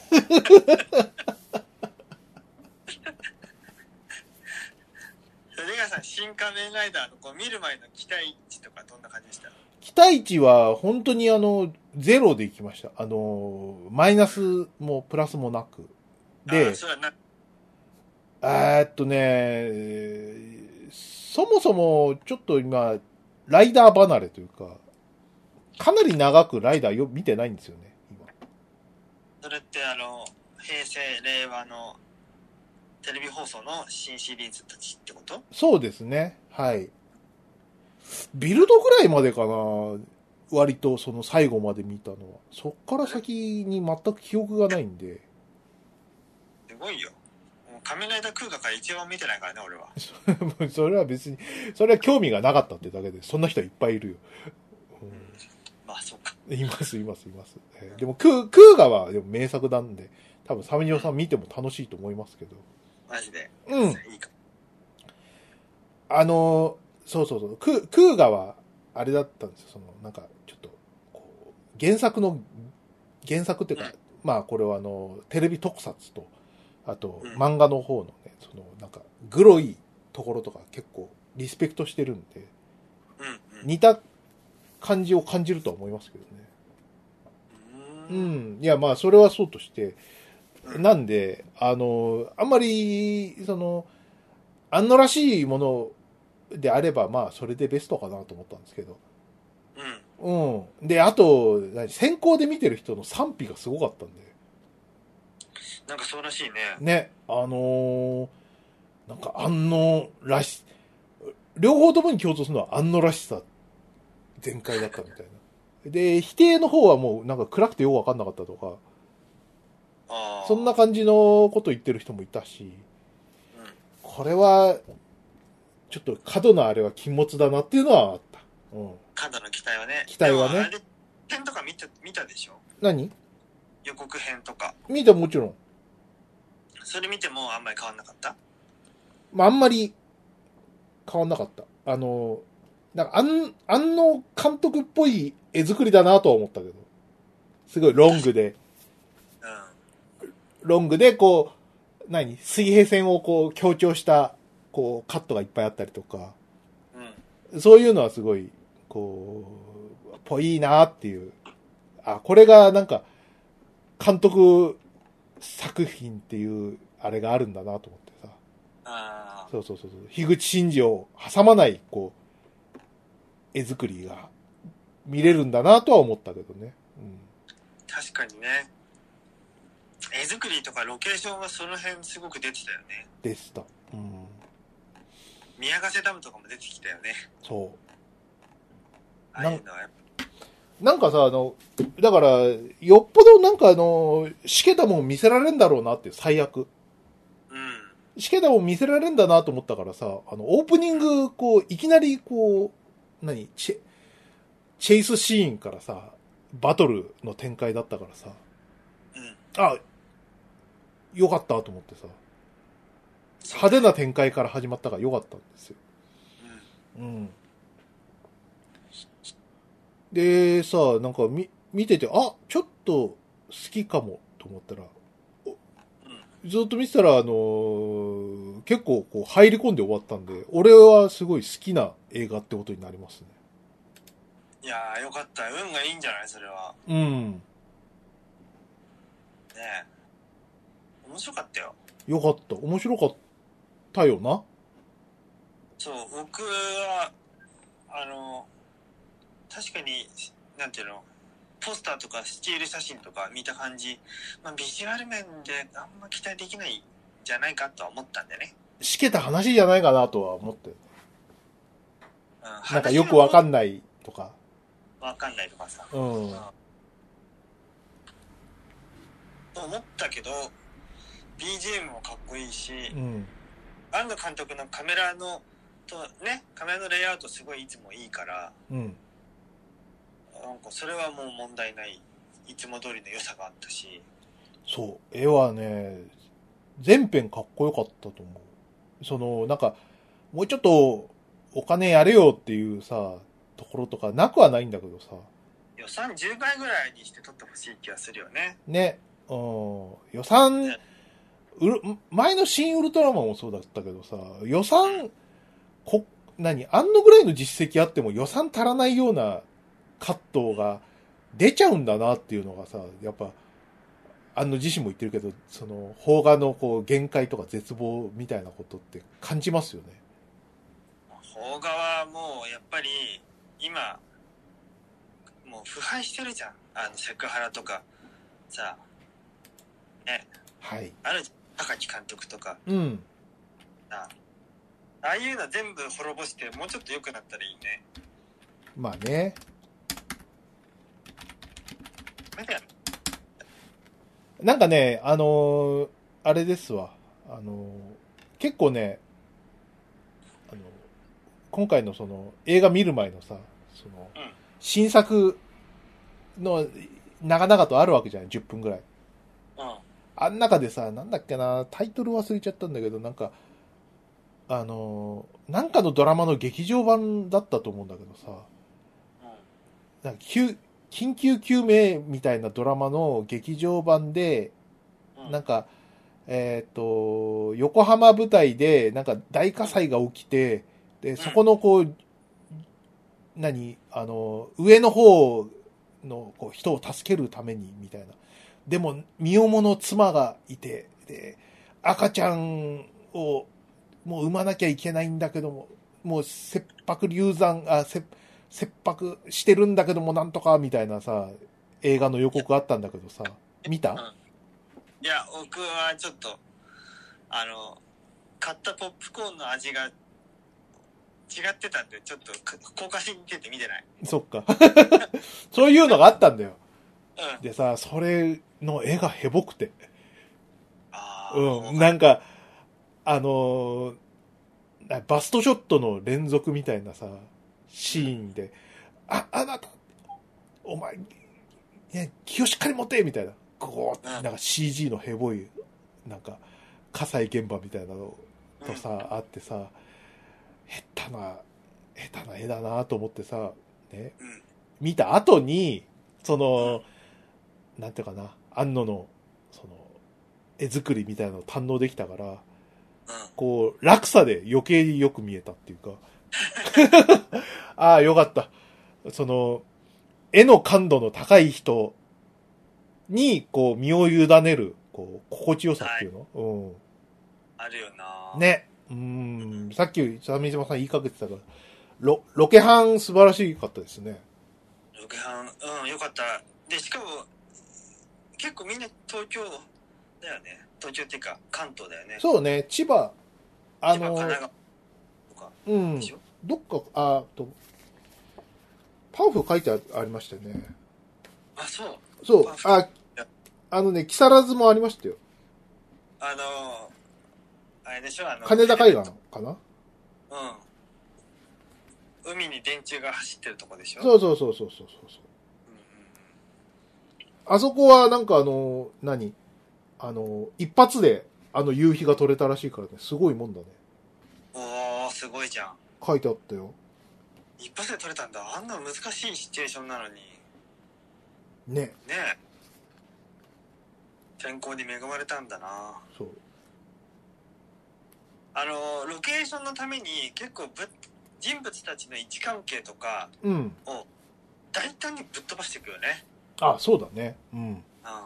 Speaker 1: レガさん、新仮面ライダーのこう見る前の期待値とかどんな感じでした？
Speaker 2: 期待値は本当にあの、ゼロでいきました。あの、マイナスもプラスもなく。で、あ、それはなえーっとね、そもそもちょっと今、ライダー離れというか、かなり長くライダーよ見てないんですよね、今。
Speaker 1: それってあの、平成、令和のテレビ放送の新シリーズたちってこと？
Speaker 2: そうですね、はい。ビルドぐらいまでかな、割とその最後まで見たのは。そっから先に全く記憶がないんで。
Speaker 1: すごいよ。仮面ライダー空河から一番見てないからね、俺は。
Speaker 2: それは別に、それは興味がなかったってだけで、そんな人はいっぱいいるよ。
Speaker 1: うん、まあ、そうか。
Speaker 2: います、います、います。えー、でも、空河はでも名作なんで、多分、鮫島さん見ても楽しいと思いますけど。
Speaker 1: マジで。
Speaker 2: うん。いいか。あの、そうそうそう、空空河は、あれだったんですよ、その、なんか、ちょっと、こう、原作の、原作っていうか、うん、まあ、これはあの、テレビ特撮と、あと、うん、漫画の方のね、その、なんか、グロいところとか結構リスペクトしてるんで、うんうん、似た感じを感じるとは思いますけどね。うん。いや、まあ、それはそうとして、うん、なんで、あの、あんまり、その、安野らしいものであれば、まあ、それでベストかなと思ったんですけど。うん。うん。で、あと、先行で見てる人の賛否がすごかったんで。
Speaker 1: なんかそうらしいね。
Speaker 2: ね、あのー、なんか安野らし、両方ともに共通するのは安野らしさ全開だったみたいな。 で、否定の方はもうなんか暗くてよくわかんなかったとか、
Speaker 1: あ
Speaker 2: そんな感じのこと言ってる人もいたし、
Speaker 1: うん、
Speaker 2: これは、ちょっと過度なあれは禁物だなっていうのはあった。うん。
Speaker 1: 過度の期待はね。
Speaker 2: 期待はね。
Speaker 1: でもあれ、編とか見た、見たでしょ？
Speaker 2: 何？
Speaker 1: 予告編とか。
Speaker 2: 見た、もちろん。
Speaker 1: それ見てもあんまり変わんなかった？
Speaker 2: まあ、あんまり変わんなかった。あの、なんかあん、あんの監督っぽい絵作りだなとは思ったけど。すごいロングで。
Speaker 1: うん。
Speaker 2: ロングで、こう、何水平線をこう強調した、こう、カットがいっぱいあったりとか。
Speaker 1: うん。
Speaker 2: そういうのはすごい、こう、ぽいなっていう。あ、これがなんか、監督作品っていう、あれがあるんだなと思ってさ。
Speaker 1: ああ。
Speaker 2: そうそうそうそう。樋口真嗣を挟まない、こう、絵作りが見れるんだなとは思ったけどね。うん、
Speaker 1: 確かにね。絵作りとかロケーションはその辺すごく出てたよね。
Speaker 2: でした。うん。
Speaker 1: 宮ヶ瀬ダムとかも出てきたよね。
Speaker 2: そう。
Speaker 1: ああいうのはやっぱ。
Speaker 2: なんかさ、あの、だから、よっぽどなんかあの、しけたもん見せられんだろうなって、最悪。
Speaker 1: うん。
Speaker 2: しけたもん見せられんだなと思ったからさ、あの、オープニング、こう、いきなりこう、何チェ、チェイスシーンからさ、バトルの展開だったからさ、
Speaker 1: うん。
Speaker 2: あ、よかったと思ってさ、派手な展開から始まったからよかったんですよ。うん。うん。で、さ、なんかみ、見てて、あ、ちょっと好きかもと思ったら、うん、ずっと見てたら、あのー、結構こう入り込んで終わったんで、俺はすごい好きな映画ってことになりますね。
Speaker 1: いやー、よかった。運がいいんじゃないそれは。
Speaker 2: うん。
Speaker 1: ねえ。面白かったよ。
Speaker 2: よかった。面白かったよな。
Speaker 1: そう、僕は、あの、確かに、なんていうの、ポスターとかスチール写真とか見た感じ、まあ、ビジュアル面であんま期待できないんじゃないかとは思ったんでね。
Speaker 2: しけた話じゃないかなとは思って。
Speaker 1: うん、
Speaker 2: なんかよくわかんないとか。
Speaker 1: わかんないとかさ。
Speaker 2: うん。うん、
Speaker 1: と思ったけど、ビージーエム もかっこいいし、
Speaker 2: うん、
Speaker 1: 庵野監督のカメラの、とね、カメラのレイアウトすごいいつもいいから、
Speaker 2: うん。
Speaker 1: なんかそれはもう問題ない、いつも通りの良さがあったし。
Speaker 2: そう、絵はね、全編かっこよかったと思う。その、なんか、もうちょっとお金やれよっていうさ、ところとかなくはないんだけどさ。
Speaker 1: 予算じゅうばいぐらいにして撮ってほしい気がするよね。
Speaker 2: ね。うん。予算、
Speaker 1: ね、
Speaker 2: うる、前の新ウルトラマンもそうだったけどさ、予算、こ、何あんのぐらいの実績あっても予算足らないようなカットが出ちゃうんだなっていうのがさ、やっぱ、あの自身も言ってるけど、その、邦画のこう、限界とか絶望みたいなことって感じますよね。
Speaker 1: 邦画はもうやっぱり、今、もう腐敗してるじゃん。あの、セクハラとか、さ、ね。
Speaker 2: はい。
Speaker 1: ある高木監督とか。
Speaker 2: うん。
Speaker 1: ああいうの全部滅ぼして、もうちょっと良くなったらいいね。
Speaker 2: まあね。なんかね、あのー、あれですわ。あのー、結構ね、あの、今回のその、映画見る前のさ、その、
Speaker 1: うん、
Speaker 2: 新作の、長々とあるわけじゃない ?じゅっぷんぐらい。
Speaker 1: うん。
Speaker 2: あん中でさ、なんだっけな、タイトル忘れちゃったんだけど、なんか、あのー、なんかのドラマの劇場版だったと思うんだけどさ、
Speaker 1: うん、
Speaker 2: なんか緊急救命みたいなドラマの劇場版で、うん、なんか、えっと、横浜舞台で、なんか大火災が起きて、で、そこのこう、何、あの、上の方のこう人を助けるために、みたいな。でも、身重の妻がいて、で、赤ちゃんをもう産まなきゃいけないんだけども、もう切迫流産、あ、切、切迫してるんだけどもなんとか、みたいなさ、映画の予告あったんだけどさ、見た？うん、
Speaker 1: いや、僕はちょっと、あの、買ったポップコーンの味が、 違ってたんで、ちょっと高架に出て見てない。
Speaker 2: そっか。そういうのがあったんだよ。
Speaker 1: うん。
Speaker 2: でさ、それの絵がヘボくて。
Speaker 1: ああ。
Speaker 2: うん。なんか、あのー、バストショットの連続みたいなさ、シーンで、あ、あなた、お前、ね、気をしっかり持てみたいな。こう、なんか シージー のヘボい、なんか、火災現場みたいなのとさ、うん、あってさ、下手な、下手な絵だなと思ってさ、ね、うん、見た後に、その、うん、なんていうかな、安野の、その、絵作りみたいなのを堪能できたから、うん、こう、落差で余計によく見えたっていうか、ああ、よかった。その、絵の感度の高い人に、こう、身を委ねる、こう、心地よさっていうの、はい、うん。
Speaker 1: あるよな
Speaker 2: ね。うん。さっき、鮫島さん言いかけてたから、ロ、ロケハン素晴らしかったですね。
Speaker 1: ロケハン、うん、よかった。で、しかも、結構みんな東京だよね。東京っていうか、関東だよね。
Speaker 2: そうね、千葉、あの、
Speaker 1: 千葉、神奈川とか。
Speaker 2: うん。どっか、あと、パンフ書いてありましたよね。
Speaker 1: あ、そう。
Speaker 2: そう。あ、あのね、木更津もありましたよ。
Speaker 1: あの、あれでしょ、あの、
Speaker 2: 金田海岸かな？
Speaker 1: うん。海に電柱が走ってるとこでしょ？
Speaker 2: そうそうそうそうそうそう。うんうん、あそこはなんかあの、何？あの、一発であの夕日が撮れたらしいからね、すごいもんだね。
Speaker 1: おー、すごいじゃん。
Speaker 2: 書いてあったよ。
Speaker 1: 一発で撮れたんだ。あんな難しいシチュエーションなのに。
Speaker 2: ね。
Speaker 1: ねえ。天候に恵まれたんだな。
Speaker 2: そう。
Speaker 1: あの、ロケーションのために結構ぶ人物たちの位置関係とかを大胆にぶっ飛ばしていくよね。
Speaker 2: うん、あ、そうだね。うん。うん。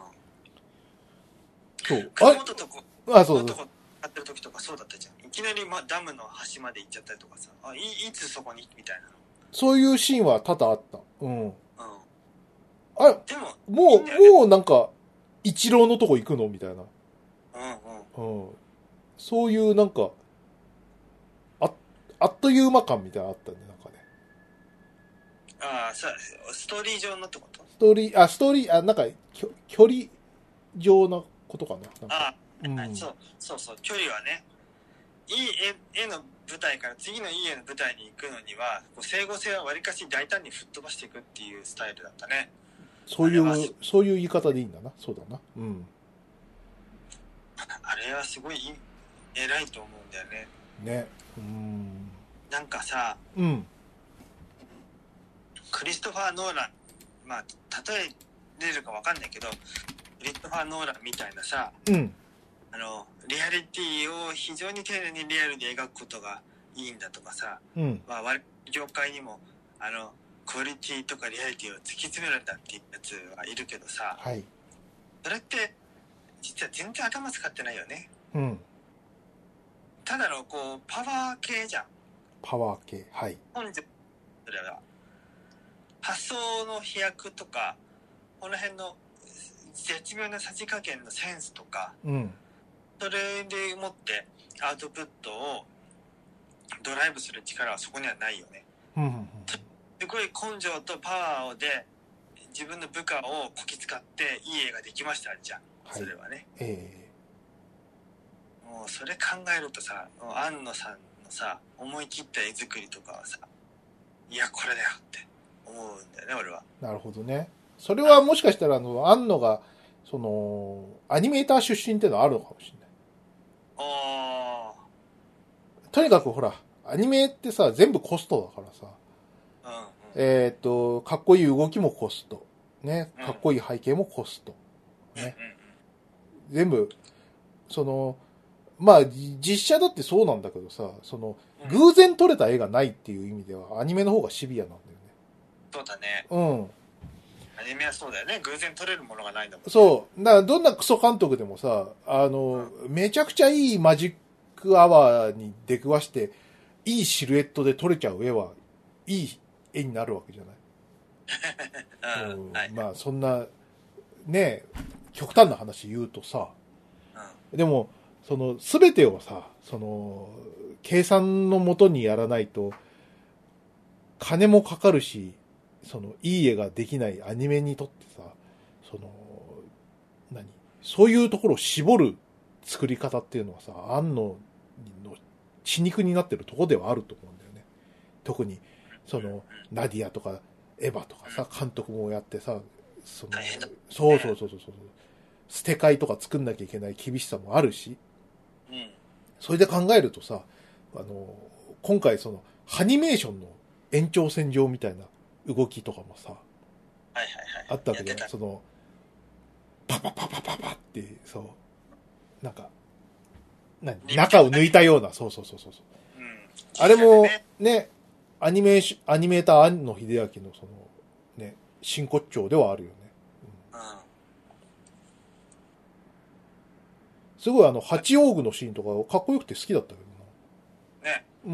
Speaker 2: そう。
Speaker 1: 熊本とこ、
Speaker 2: あ、そうそう。
Speaker 1: やってる時とかそうだったじゃん。いきなり、ま、ダムの端まで行っちゃったりとかさ、あ、い、いつそこにみたいな。
Speaker 2: そういうシーンは多々あった。うん。うん。
Speaker 1: あ、
Speaker 2: でも、もう、ね、もうなんか、一郎のとこ行くのみたいな。うんうん。うん。そういうなんか、あ、あっという間感みたいなのあったね、なんかね。
Speaker 1: ああ、そうストーリー上のってこと？
Speaker 2: ストーリー、あ、ストーリー、あ、なんか、距離上のことかな。なんか
Speaker 1: ああ、うん、そう、そうそう、距離はね、いい絵、絵の舞台から次のいい絵の舞台に行くのには、こう整合性はわりかし大胆に吹っ飛ばしていくっていうスタイルだったね。
Speaker 2: そういう、そういう言い方でいいんだな。そうだな。うん。
Speaker 1: あれはすごい偉いと思うんだよね。
Speaker 2: ね。うん。
Speaker 1: なんかさ、
Speaker 2: うん。
Speaker 1: クリストファー・ノーラン、まあ、例えれるかわかんないけど、クリストファー・ノーランみたいなさ、
Speaker 2: うん。
Speaker 1: あの、リアリティを非常に丁寧にリアルに描くことがいいんだとかさ、
Speaker 2: うん。
Speaker 1: まあ、我々業界にも、あの、クオリティとかリアリティを突き詰めるんだっていうやつはいるけどさ、
Speaker 2: はい。そ
Speaker 1: れって、実は全然頭使ってないよね。
Speaker 2: うん。
Speaker 1: ただの、こう、パワー系じゃん。
Speaker 2: パワー系、はい。
Speaker 1: 本日、それは。発想の飛躍とか、この辺の絶妙なさじ加減のセンスとか、
Speaker 2: うん。
Speaker 1: それでもってアウトプットをドライブする力はそこにはないよね。
Speaker 2: うんうんうん、
Speaker 1: すごい根性とパワーで自分の部下をこき使っていい絵ができましたじゃん、はい、それはね、
Speaker 2: え
Speaker 1: ー、もうそれ考えるとさ、庵野さんのさ思い切った絵作りとかはさ、いやこれだよって思うんだよね俺は。
Speaker 2: なるほどね。それはもしかしたらあの庵野がそのアニメーター出身っていうのはあるのかもしれない。
Speaker 1: あ
Speaker 2: ーとにかくほらアニメってさ全部コストだからさ、
Speaker 1: うんうん、
Speaker 2: えっとかっこいい動きもコストね、かっこいい背景もコスト、ね、うんうんうん、全部そのまあ実写だってそうなんだけどさ、その偶然撮れた絵がないっていう意味ではアニメの方がシビアなんだよね。
Speaker 1: そうだね。
Speaker 2: うん。
Speaker 1: アニメはそうだよね。偶然撮れるものがないんだもんね。
Speaker 2: そう。だからどんなクソ監督でもさ、あの、うん、めちゃくちゃいいマジックアワーに出くわして、いいシルエットで撮れちゃう絵はいい絵になるわけじゃない。うんはい、まあそんな、ね、極端な話言うとさ、うん、でも、その全てをさ、その、計算のもとにやらないと、 金もかかるし、その、いい絵ができないアニメにとってさ、その、何そういうところを絞る作り方っていうのはさ、庵野の血肉になってるところではあると思うんだよね。特に、その、ナディアとか、エヴァとかさ、監督もやってさ、その、そうそうそうそうそう、捨て替えとか作んなきゃいけない厳しさもあるし、
Speaker 1: うん、
Speaker 2: それで考えるとさ、あの、今回その、アニメーションの延長線上みたいな動きとかもさ、
Speaker 1: はいはいはい、
Speaker 2: あったわけじゃない。その、パパパパパパって、そう、なんか、何中を抜いたような、そうそうそうそう。うん、あれも、ね、アニメーシ、アニメーター庵野秀明のその、ね、真骨頂ではあるよね。うんうん、すごいあの、八王具のシーンとかかっこよくて好きだったけどな。ね。うん。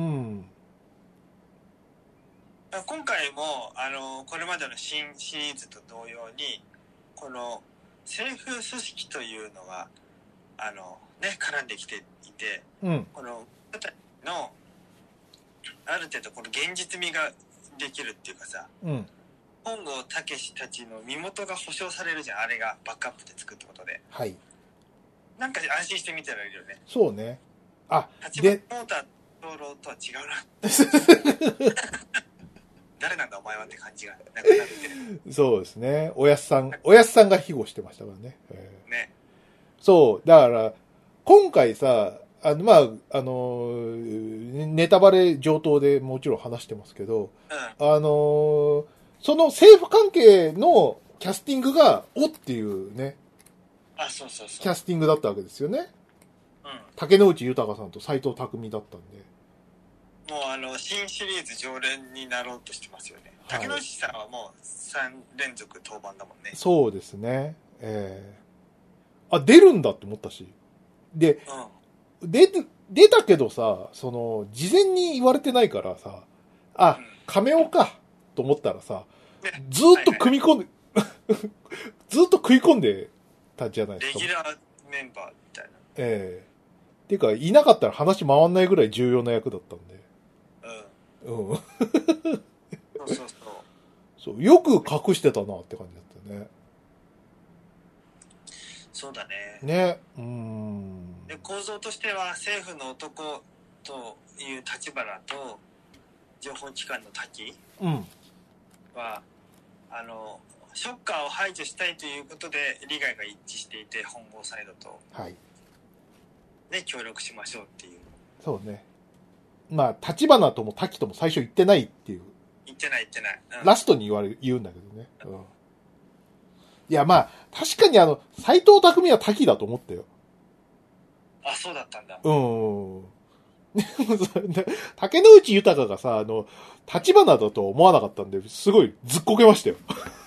Speaker 1: 今回も、あの、これまでの新シリーズと同様に、この、政府組織というのが、あの、ね、絡んできていて、
Speaker 2: うん、
Speaker 1: この、の、ある程度この現実味ができるっていうかさ、
Speaker 2: うん、
Speaker 1: 本郷武たちの身元が保証されるじゃん、あれがバックアップで作ったことで。
Speaker 2: はい。
Speaker 1: なんか安心して見てられるよね。
Speaker 2: そうね。あ、
Speaker 1: で、モーター灯籠とは違うな。誰なんだお前はって感じがなくなってる。
Speaker 2: そうですね。おやすさん、おやすさんが庇護してましたからね。えー、ね。そう。だから、今回さ、あの、まあ、あの、ネタバレ上等でもちろん話してますけど、うん、あの、その政府関係のキャスティングが、おっていうね、
Speaker 1: あ、そうそうそう。
Speaker 2: キャスティングだったわけですよね。
Speaker 1: うん。
Speaker 2: 竹野内豊さんと斎藤工だったんで。
Speaker 1: もうあの、新シリーズ常連になろうとしてますよね。はい、竹野内さんはもうさん連続登板だもんね。
Speaker 2: そうですね。えー、あ、出るんだって思ったし。で、うん、出、出たけどさ、その、事前に言われてないからさ、あ、うん、カメオか、と思ったらさ、ね、ずーっと組み込んで、はいはい、ずーっと食い込んでたじゃないですか。
Speaker 1: レギュラーメンバーみたいな。
Speaker 2: ええー。っていうか、いなかったら話回んないぐらい重要な役だったんで。うん。うん。そう
Speaker 1: そうそう。
Speaker 2: そう、よく隠してたなって感じだったね。
Speaker 1: そうだね。
Speaker 2: ね。うん。
Speaker 1: で、構造としては、政府の男という立花と、情報機関の滝は、うん、あの、ショッカーを排除したいということで利害が一致していて、本郷サイドと、はい、ね、協力しましょうっていう。
Speaker 2: そうね。まあ、立花とも滝とも最初言ってないっていう。
Speaker 1: 言ってない言ってない。
Speaker 2: うん、ラストに言われ、言うんだけどね。うん、いや、まあ、確かにあの、斎藤工は滝だと思ったよ。
Speaker 1: あ、そうだったんだ。
Speaker 2: うん。竹野内豊がさ、あの、立花だとは思わなかったんで、すごいずっこけましたよ。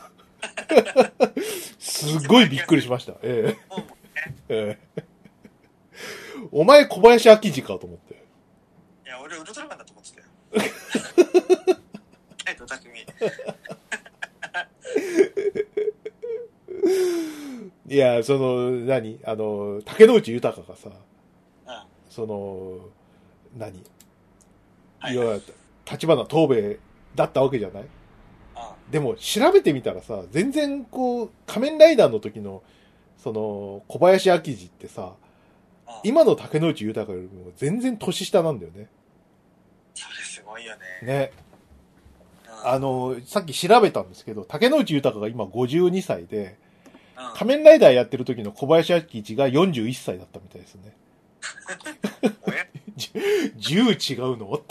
Speaker 2: すごいびっくりしました。ええええ、お前小林明治かと思って。
Speaker 1: いや、俺ウルトラマンだと思ってたよ。斎藤工。
Speaker 2: いや、その、何あの、竹野内豊がさ、うん、その、何いわゆる、立花東兵衛だったわけじゃない？でも、調べてみたらさ、全然こう、仮面ライダーの時の、その、小林明治ってさ、今の竹野内豊よりも全然年下なんだよね。
Speaker 1: それすごいよね。
Speaker 2: ね。あの、さっき調べたんですけど、竹野内豊が今ごじゅうにさいで、仮面ライダーやってる時の小林明治がよんじゅういっさいだったみたいですね。じゅう違うのって。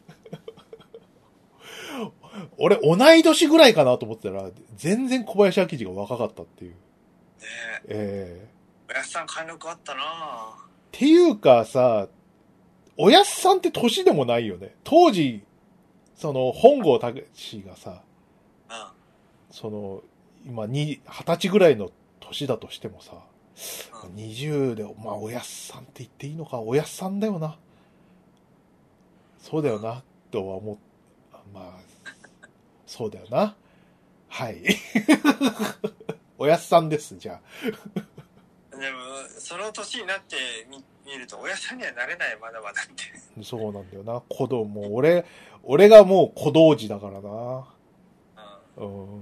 Speaker 2: 俺、同い年ぐらいかなと思ってたら、全然小林明治が若かったっていう。ね
Speaker 1: え。ええー。おやすさん貫禄あったなぁ。
Speaker 2: っていうかさ、おやすさんって年でもないよね。当時、その、本郷武史がさ、うん、その、今、に、二十歳ぐらいの年だとしてもさ、うん、にじゅうで、まあ、おやすさんって言っていいのか、おやすさんだよな。そうだよな、とは思っ、まあ、そうだよな。はい。おやすさんです、じゃ
Speaker 1: あ。でも、 その年になってみ見ると親さんにはなれないまだまだって
Speaker 2: そうなんだよな。子供、俺、俺がもう小童子だからな。うん。うん。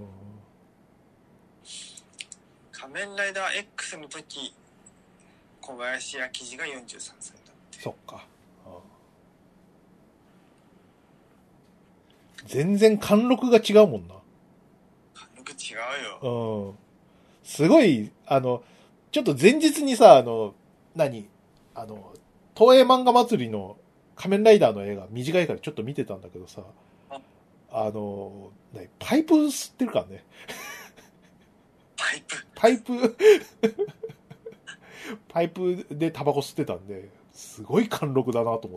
Speaker 1: 仮面ライダー X の時、小林明治がよんじゅうさんさいだって。
Speaker 2: そっか。うん、全然貫禄が違うもんな。
Speaker 1: 貫禄違う
Speaker 2: よ。うん。すごい、あの、ちょっと前日にさ、あの、何あの、東映漫画祭りの仮面ライダーの映画短いからちょっと見てたんだけどさ、あ, あの、何パイプ吸ってるからね。
Speaker 1: パイプ
Speaker 2: パイプパイプでタバコ吸ってたんで、すごい貫禄だなと思って。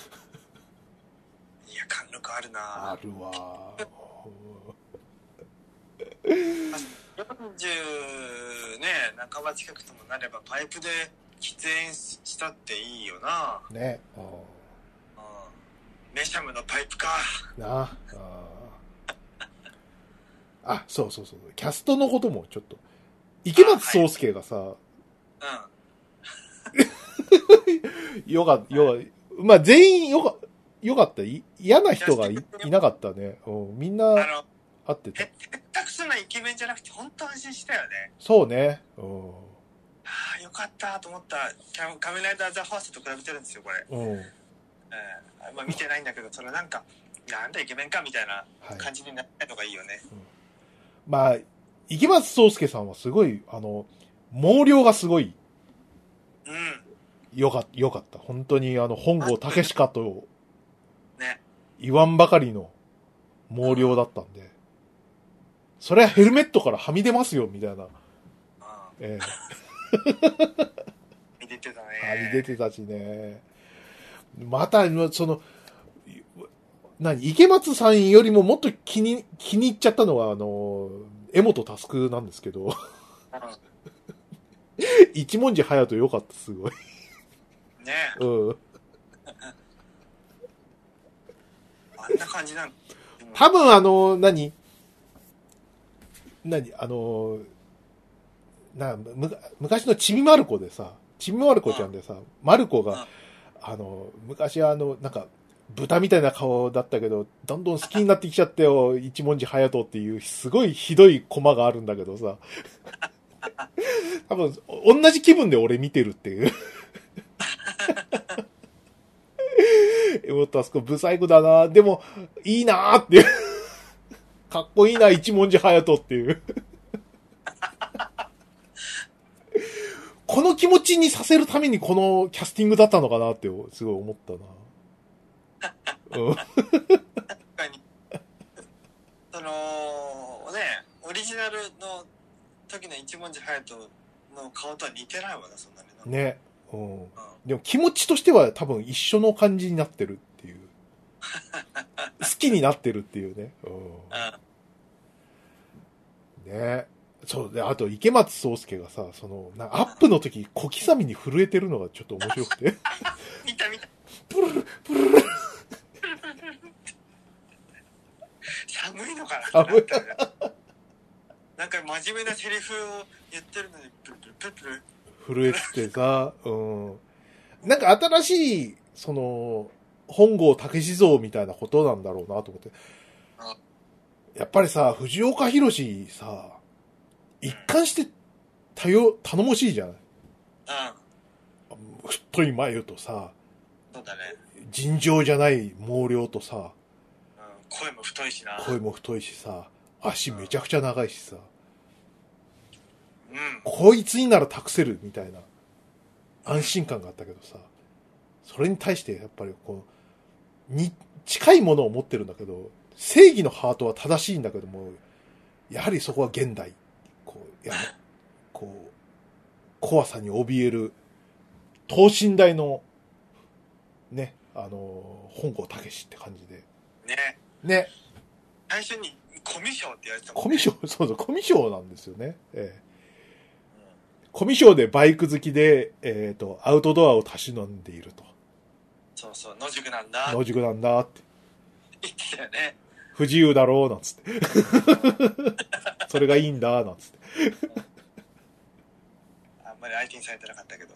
Speaker 1: いや、貫禄あるな
Speaker 2: あるわ。
Speaker 1: よんじゅうね、半ば近くともなればパイプで喫煙したっていいよな。
Speaker 2: ね。あ
Speaker 1: あメシャムのパイプか。
Speaker 2: なあ。あ、そうそうそう。キャストのこともちょっと。池松壮亮がさ、はい、うん。よかった、よかった。まあ、全員よか、よかった。い嫌な人が い, いなかったね。うん、みんな、合ってた。
Speaker 1: へったくそなイケメンじゃなくて、本当安心したよね。
Speaker 2: そうね。うん。
Speaker 1: ああ、よかったと思った。仮面ライダーザ・ファーストと比べてるんですよ、これ。うん。えー、まあ見てないんだけど、それなんか、なんだイケメンかみたいな感じになったのがいいよね。はい、うん、
Speaker 2: まあ、池松壮亮さんはすごい、あの、毛量がすごい。うん。よかった、よかった。本当に、あの、本郷武史かと、ね。言わんばかりの毛量だったんで。それはヘルメットからはみ出ますよ、みたいな。ああええ。
Speaker 1: はみ出てたね。
Speaker 2: はみ出てたしね。また、その、何、池松さんよりももっと気に、気に入っちゃったのは、あの、江本佑なんですけど。一文字隼人よかった、すごい。
Speaker 1: ね
Speaker 2: え。うん。
Speaker 1: あんな感じなの。
Speaker 2: 多分あの、何何あの、な、む、昔のちびまる子でさ、ちびまる子ちゃんでさ、うん、まる子が、うん、あの、昔はあの、なんか、豚みたいな顔だったけど、どんどん好きになってきちゃってよ、一文字隼人っていう、すごいひどいコマがあるんだけどさ、多分、同じ気分で俺見てるっていう。え、もっとあそこブサイクだな、でも、いいなーっていう。かっこいいな、一文字隼人っていう。この気持ちにさせるためにこのキャスティングだったのかなってすごい思ったな。うん、確
Speaker 1: かに。その、ね、オリジナルの時の一文字隼人の顔とは似てないわな、そんなにな。
Speaker 2: ね。うん。うん、でも気持ちとしては多分一緒の感じになってるっていう。好きになってるっていうね。うん。ね。そうで、あと池松壮亮がさ、その、なアップの時小刻みに震えてるのがちょっと面白くて。
Speaker 1: 見た見た。
Speaker 2: プルル、プルル。
Speaker 1: 寒いのかな。寒い。なんか真面目なセリフを言ってるのにプルプルプルプル。
Speaker 2: 震えててさ、うん。なんか新しい、その、本郷武史像みたいなことなんだろうなと思って。やっぱりさ、藤岡弘さ、一貫して多様、頼もしいじゃない。うん。太い眉とさ、
Speaker 1: そうだね。
Speaker 2: 尋常じゃない毛量とさ、
Speaker 1: うん、声も太いしな。
Speaker 2: 声も太いしさ、足めちゃくちゃ長いしさ、
Speaker 1: うん。
Speaker 2: こいつになら託せるみたいな安心感があったけどさ、それに対してやっぱりこう、に、近いものを持ってるんだけど、正義のハートは正しいんだけども、やはりそこは現代。こう、やこう、怖さに怯える、等身大の、ね、あの、本郷武史って感じで。
Speaker 1: ね。
Speaker 2: ね。
Speaker 1: 最初にコミュ障って言われてた
Speaker 2: もんね。コミュ障、そうそう、コミュ障なんですよね。ええ。うん、コミュ障でバイク好きで、えっと、アウトドアをたしなんでいると。
Speaker 1: そうそう、野宿なんだ。
Speaker 2: 野宿なんだって。
Speaker 1: 言ってたよね。
Speaker 2: 不自由だろう、なんつって。それがいいんだ、なんつって。
Speaker 1: あんまり相手にされてなかったけど。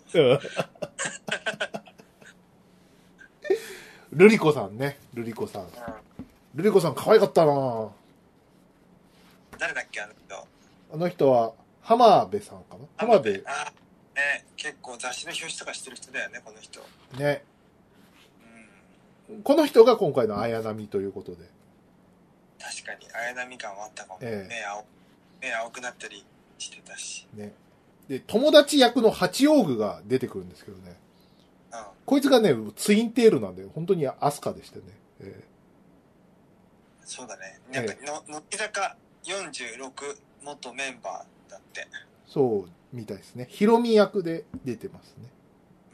Speaker 2: ルリコさんね、ルリコさん。うん、ルリコさん可愛かったな。
Speaker 1: 誰だっけ、あの人。
Speaker 2: あの人は、浜辺さんかな。浜辺。
Speaker 1: あ、ね、結構雑誌の表紙とかしてる人だよね、この人。
Speaker 2: ね。うん、この人が今回の綾波ということで。
Speaker 1: 確かに、綾波感はあったかも。ええ、目青、目青くなったりしてたし。
Speaker 2: ね。で、友達役の八王具が出てくるんですけどね。うん、こいつがね、ツインテールなんで、本当にアスカでしたね。え
Speaker 1: ー、そうだね。なんか、の、乃木坂よんじゅうろく元メンバーだって。
Speaker 2: そう、みたいですね。ヒロミ役で出てますね。うん、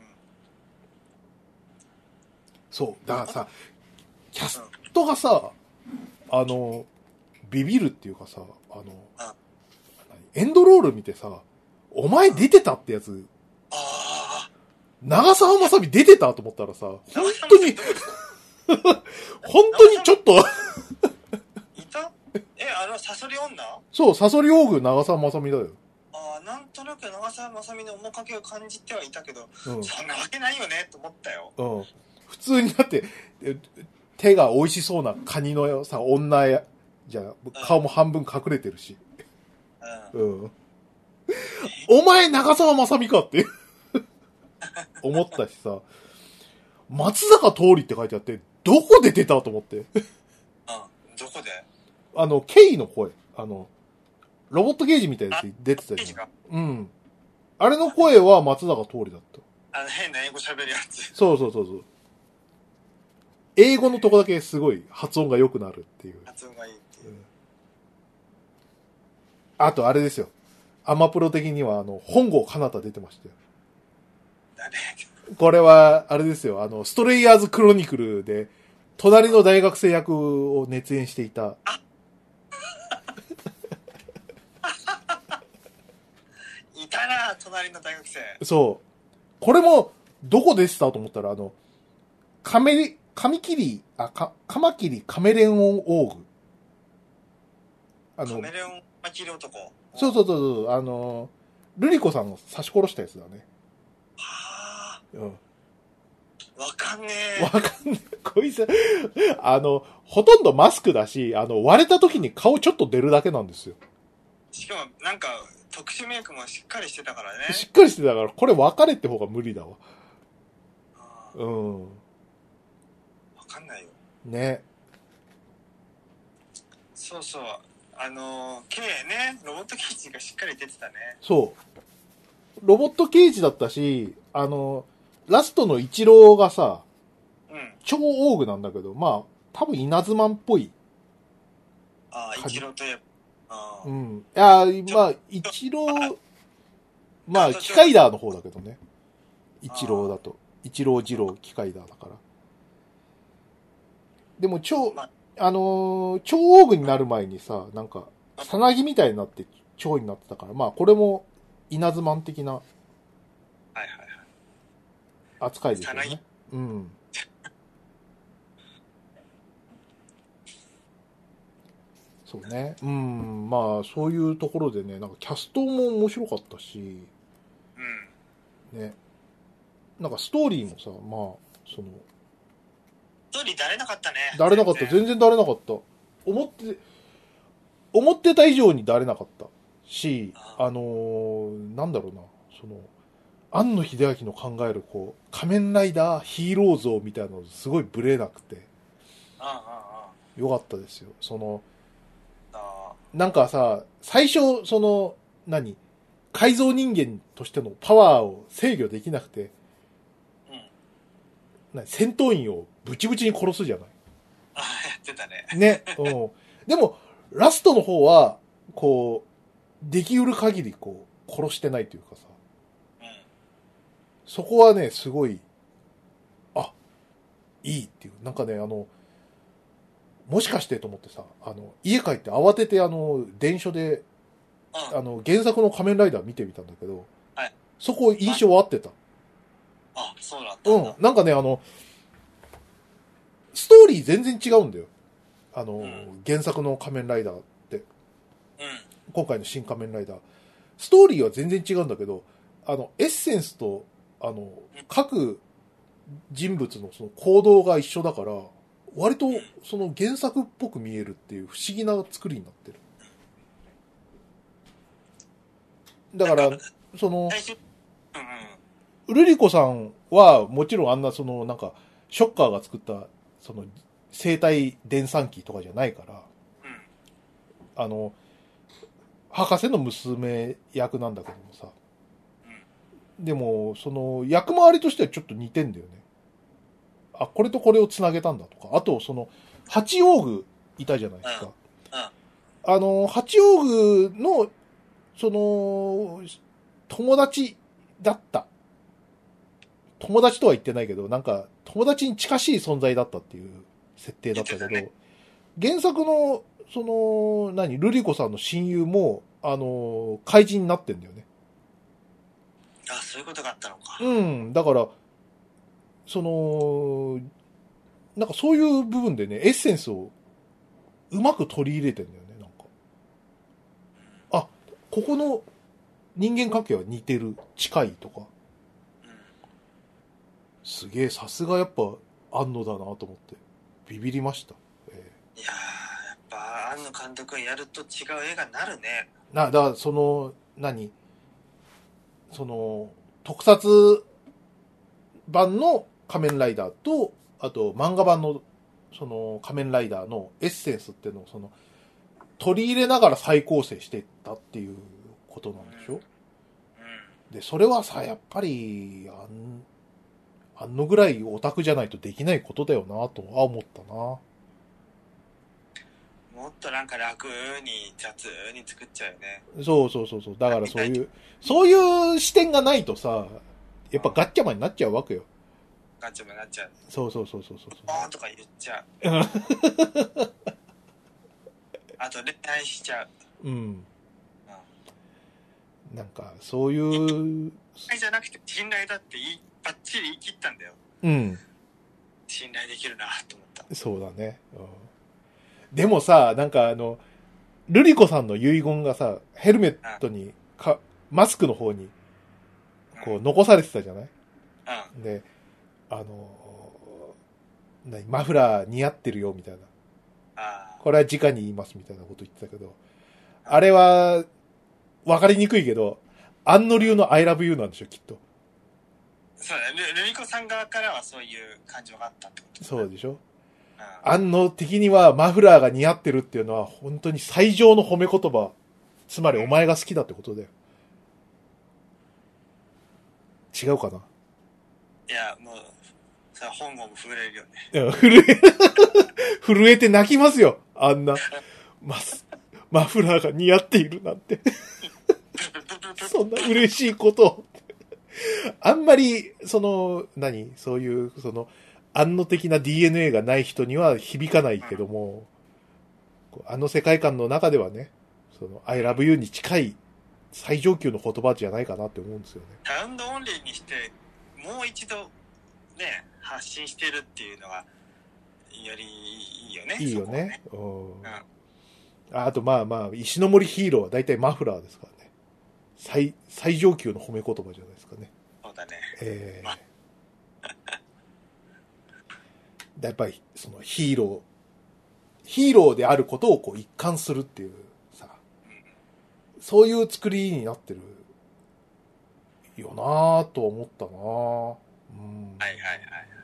Speaker 2: そう、だからさ、キャストがさ、あの、ビビるっていうかさ、あの、うん、エンドロール見てさ、お前出てたってやつ、あ長澤まさみ出てたと思ったらさ、本当に、本当にちょっと
Speaker 1: いたえ、あの、サソリ女
Speaker 2: そう、サソリオーグ長澤まさみだよ。
Speaker 1: ああ、なんとなく長澤まさみの面影を感じてはいたけど、うん、そんなわけないよねと思ったよ。
Speaker 2: うん。普通にだって、手が美味しそうなカニのさ、女や、じゃあ、顔も半分隠れてるし。うん。うん、お前長澤まさみかって思ったしさ、松坂桃李って書いてあって、どこで出たと思って。うん、
Speaker 1: どこで
Speaker 2: あの、ケイの声。あの、ロボットゲージみたいなやつ出てたじゃん。うん。あれの声は松坂桃李だった。
Speaker 1: あの、変な英語喋るやつ。
Speaker 2: そうそうそうそう。英語のとこだけすごい発音が良くなるっていう。
Speaker 1: 発音がいいっていう。うん、
Speaker 2: あとあれですよ。アマプロ的には、あの、本郷奏多出てましたよ。
Speaker 1: 誰
Speaker 2: これは、あれですよ。あの、ストレイヤーズクロニクルで、隣の大学生役を熱演していた。
Speaker 1: いたな、隣の大学生。
Speaker 2: そう。これも、どこでしたと思ったら、あの、カメリ、カミキリ、あ、か、カマキリカメレオンオーグ。
Speaker 1: あの、カメレオンカキリ男。
Speaker 2: そうそうそうそう、あの、ルリコさんを刺し殺したやつだね。
Speaker 1: はぁ。
Speaker 2: うん。
Speaker 1: わかんねえ。
Speaker 2: わかんねえ。こいつ、あの、ほとんどマスクだし、あの、割れた時に顔ちょっと出るだけなんですよ。
Speaker 1: しかも、なんか、特殊メイクもしっかりしてたからね。
Speaker 2: しっかりしてたから、これ別れって方が無理だわ。うん。わ
Speaker 1: かんないよ。
Speaker 2: ね。
Speaker 1: そうそう。あの、K ね、ロボット刑事がしっかり出てたね。
Speaker 2: そう。ロボット刑事だったし、あの、ラストのイチローがさ、うん、超オーグなんだけど、まあ、多分稲妻っぽい。
Speaker 1: ああ、イチローといえば。あ
Speaker 2: うん。いや、まあ、イチロー、まあ、機械ダーの方だけどね。イチローだと。イチロー二郎機械ダーだから。でも、超、まあのー、超オーグになる前にさ、なんか、さなぎみたいになって超になってたから、まあ、これも稲妻的な扱いですよね。うん。そうね。うん、まあ、そういうところでね、なんかキャストも面白かったし、うん。ね。なんかストーリーもさ、まあ、その、
Speaker 1: ストーリーだれなかったね。
Speaker 2: だれなかった。全然だれなかった。思って、思ってた以上にだれなかったし、あのー、なんだろうな、その、庵野秀明の考える、こう、仮面ライダーヒーロー像みたいなのすごいブレなくて、よかったですよ。その、なんかさ、最初、その、何改造人間としてのパワーを制御できなくて、うん、戦闘員をブチブチに殺すじゃない。
Speaker 1: ああ、やってたね。
Speaker 2: ね。うん。でも、ラストの方は、こう、できうる限り、こう、殺してないというかさ。うん。そこはね、すごい、あ、いいっていう。なんかね、あの、もしかしてと思ってさ、あの、家帰って慌てて、あの、電書で、うん、あの、原作の仮面ライダー見てみたんだけど、はい。そこ印象合ってた。
Speaker 1: あ、そうなんだ。うん。
Speaker 2: なんかね、あの、ストーリー全然違うんだよ。あの、うん、原作の仮面ライダーって。うん。今回の新仮面ライダー。ストーリーは全然違うんだけど、 あの、エッセンスと、あの、各人物のその行動が一緒だから、割とその原作っぽく見えるっていう不思議な作りになってる。だから、その、ルリコさんはもちろんあんなそのなんか、ショッカーが作ったその生体電算機とかじゃないから、あの、博士の娘役なんだけどもさ、でも、その、役回りとしてはちょっと似てんだよね。あ、これとこれを繋げたんだとか。あと、その、八王具いたじゃないですか。あの、八王具の、その、友達だった。友達とは言ってないけど、なんか、友達に近しい存在だったっていう設定だったけど、原作の、その、何、ルリコさんの親友も、あの、怪人になってんだよね。
Speaker 1: あ、そういうことがあったのか。
Speaker 2: うん。だから、その、なんかそういう部分でね、エッセンスをうまく取り入れてんだよね、なんか。あ、ここの人間関係は似てる、近いとか。すげえ、さすがやっぱ、庵野だなと思って、ビビりました。え
Speaker 1: ー、いやー、やっぱ、庵野監督がやると違う映画になるね。
Speaker 2: な、だから、その、何その、特撮版の仮面ライダーと、あと漫画版のその仮面ライダーのエッセンスっていうのをその取り入れながら再構成していったっていうことなんでしょ、うんうん、で、それはさ、やっぱり、あん、あのぐらいオタクじゃないとできないことだよなとは思ったな。
Speaker 1: もっとなんか楽に雑に作っちゃうよね。
Speaker 2: そうそうそうそう。だからそういう、そういう視点がないとさ、やっぱガッチャマンになっちゃうわけよ。
Speaker 1: ガッチャマンになっちゃう。
Speaker 2: そうそうそうそうそう。
Speaker 1: ボーンとか言っちゃう。あと恋愛しちゃう。うん。うん、
Speaker 2: なんかそういう。
Speaker 1: 愛じゃなくて信頼だっていい、バッチリ言い切ったんだよ。
Speaker 2: うん。
Speaker 1: 信頼できるなと思った。
Speaker 2: そうだね。うん、でもさ、なんかあの、ルリコさんの遺言がさ、ヘルメットにか、マスクの方に、こう残されてたじゃない、うん、で、あの、何、マフラー似合ってるよみたいな。あ、これは直に言いますみたいなこと言ってたけど、あれは、わかりにくいけど、庵野流の I love you なんでしょ、きっと。
Speaker 1: そうだね。ルリコさん側からはそういう感情があったってことだね。
Speaker 2: そうでしょ。庵野的にはマフラーが似合ってるっていうのは本当に最上の褒め言葉。つまりお前が好きだってことだよ。違うかな。
Speaker 1: いや、もう、さ、本郷も震えるよね。
Speaker 2: いや、震え、震えて泣きますよ。あんな、マス、マフラーが似合っているなんて。そんな嬉しいことを。あんまり、その、何そういう、その、庵野的な ディーエヌエー がない人には響かないけども、うん、あの世界観の中ではね、その、I love you に近い最上級の言葉じゃないかなって思うんですよね。
Speaker 1: サウンドオンリーにして、もう一度、ね、発信してるっていうのが、よりいいよね。
Speaker 2: いいよね。ね、うん、うん。あと、まあまあ、石ノ森ヒーローは大体マフラーですからね。最、最上級の褒め言葉じゃないですかね。
Speaker 1: そうだね。
Speaker 2: えーまやっぱりそのヒーローヒーローであることをこう一貫するっていうさ、うん、そういう作りになってるよなぁと思ったなぁ、うん、
Speaker 1: はいはいはい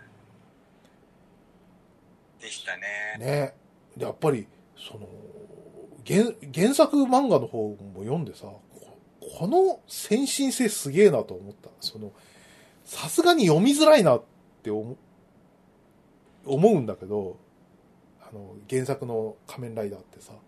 Speaker 1: でしたね。
Speaker 2: ね、やっぱりその 原, 原作漫画の方も読んでさ、こ, この先進性すげえなと思った。そのさすがに読みづらいなって思う思うんだけど、あの原作の仮面ライダーってさ、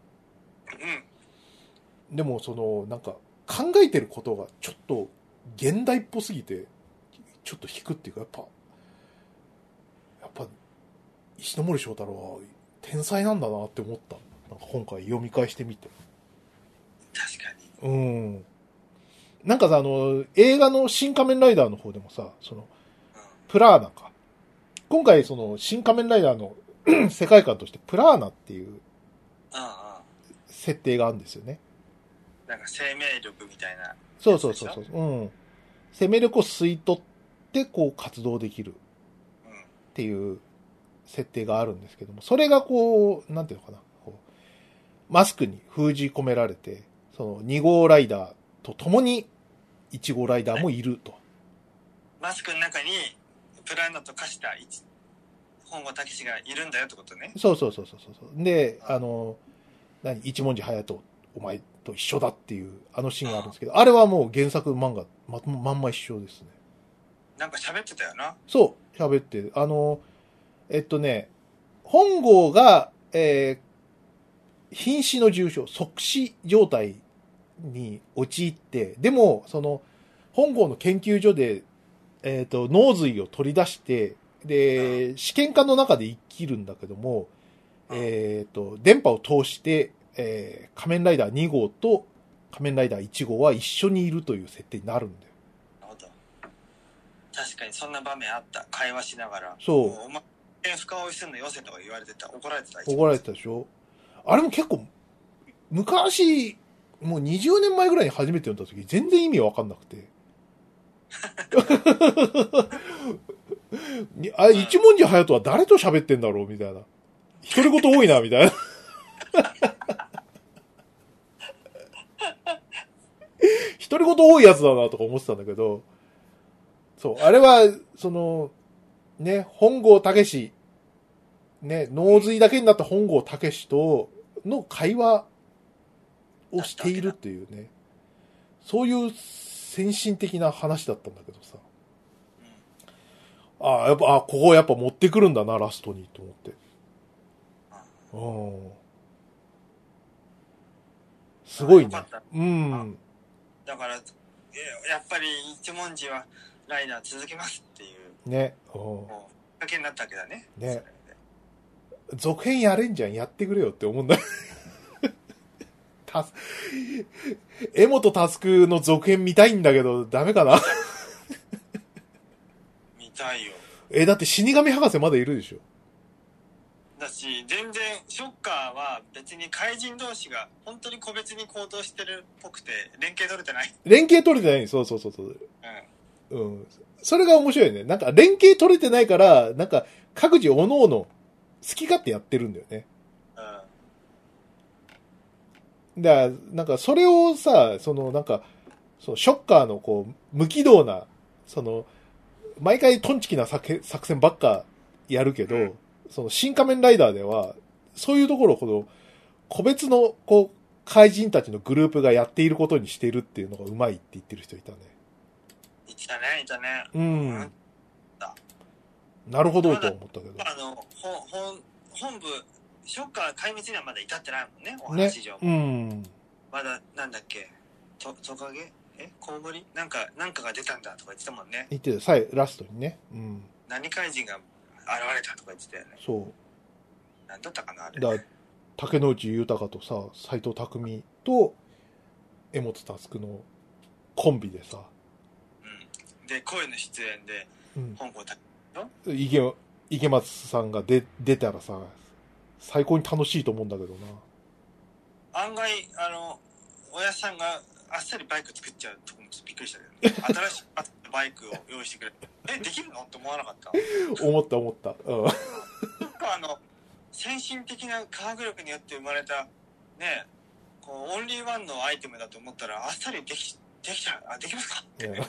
Speaker 2: うん、でもそのなんか考えてることがちょっと現代っぽすぎてちょっと引くっていうか、やっぱやっぱ石ノ森章太郎は天才なんだなって思った。なんか今回読み返してみて。
Speaker 1: 確かに。
Speaker 2: うん。なんかさ、あの映画の新仮面ライダーの方でもさ、その、うん、プラーナか。今回その新仮面ライダーの世界観としてプラーナっていう設定があるんですよね。
Speaker 1: なんか生命力みたいな。
Speaker 2: そうそうそうそう。うん。 生命力を吸い取ってこう活動できる
Speaker 1: うん。
Speaker 2: っていう設定があるんですけども、それがこう、なんていうのかな、こうマスクに封じ込められて、そのに号ライダーと共にいち号ライダーもいると。
Speaker 1: マスクの中にプランナと化した一本郷武史がいるんだよってことね。
Speaker 2: そうそうそうそうそう。で、あの、何、一文字隼人、お前と一緒だっていうあのシーンがあるんですけど、あれはもう原作漫画ま、まんま一緒ですね。
Speaker 1: なんか喋ってたよな。
Speaker 2: そう、喋ってる。あの、えっとね、本郷が、えー、瀕死の重症、即死状態に陥って、でも、その、本郷の研究所で、えっと、脳髄を取り出して、で、
Speaker 1: うん
Speaker 2: 試験管の中で生きるんだけども、
Speaker 1: うん
Speaker 2: えっと、電波を通して、えー、仮面ライダーに号と仮面ライダーいち号は一緒にいるという設定になるんだよ。
Speaker 1: なるほど。確かにそんな場面あった。会話しながら。
Speaker 2: そう
Speaker 1: もお前、深追いすんのよせとか言われてた。怒られてた。
Speaker 2: 怒られてたでしょ。あれも結構、昔、もうにじゅうねんまえぐらいに初めて読んだ時、全然意味わかんなくて。にあれ、一文字隼人は誰と喋ってんだろうみたいな。独り言多いな、みたいな。独り言多いやつだな、とか思ってたんだけど、そう、あれは、その、ね、本郷武史、ね、脳髄だけになった本郷武史との会話をしているっていうね、そういう先進的な話だったんだけどさ。ああ、やっぱ、あここやっぱ持ってくるんだな、ラストに、と思って。うん。すごいね。うん。
Speaker 1: だから、やっぱり一文字はライダー続けますっていう。
Speaker 2: ね。うん。
Speaker 1: もう、だけになったわけだね。
Speaker 2: ね。続編やれんじゃん、やってくれよって思うんだ。たす、江本佑の続編見たいんだけど、ダメかな。
Speaker 1: 見たいよ。
Speaker 2: え、だって死神博士まだいるでしょ。
Speaker 1: だし、全然、ショッカーは別に怪人同士が本当に個別に行動してるっぽくて、連携取れてない。
Speaker 2: 連携取れてない。そうそうそうそう。
Speaker 1: うん。
Speaker 2: うん。それが面白いね。なんか連携取れてないから、なんか各自各々好き勝手やってるんだよね。
Speaker 1: うん。
Speaker 2: だから、なんかそれをさ、そのなんか、そのショッカーのこう、無軌道な、その、毎回トンチキな作作戦ばっかやるけど、うん、その新仮面ライダーでは、そういうところをこの、個別のこう、怪人たちのグループがやっていることにしているっていうのがうまいって言ってる人いたね。
Speaker 1: いたね、いたね。
Speaker 2: うん。うん、なるほどと思ったけど。
Speaker 1: あの、ほ本、本部、ショッカー壊滅にはまだ至ってないもんね、お話上。ね、うん。まだ、なんだっけ、と、トカゲえコウモリなんか、なんかが出たんだとか言ってたもんね。
Speaker 2: 言ってた、最後、ラストにね。うん。
Speaker 1: 何怪人が現れたとか言ってたよね。
Speaker 2: そう。
Speaker 1: なんだったかなあれ。
Speaker 2: だ竹野内豊とさ、斎藤匠と、江本佑のコンビでさ。
Speaker 1: うん。で、声の出演で、うん、本郷
Speaker 2: の池、池松さんが出、出たらさ、最高に楽しいと思うんだけどな。
Speaker 1: 案外、あの、おやさんがあっさりバイク作っちゃうとこもびっくりしたけどね。新しいバイクを用意してくれて。え、できるのって思わなかった
Speaker 2: 思った思った。うん。
Speaker 1: あの、先進的な科学力によって生まれた、ね、こう、オンリーワンのアイテムだと思ったら、あっさりでき、できちゃう。あ、できますかってね。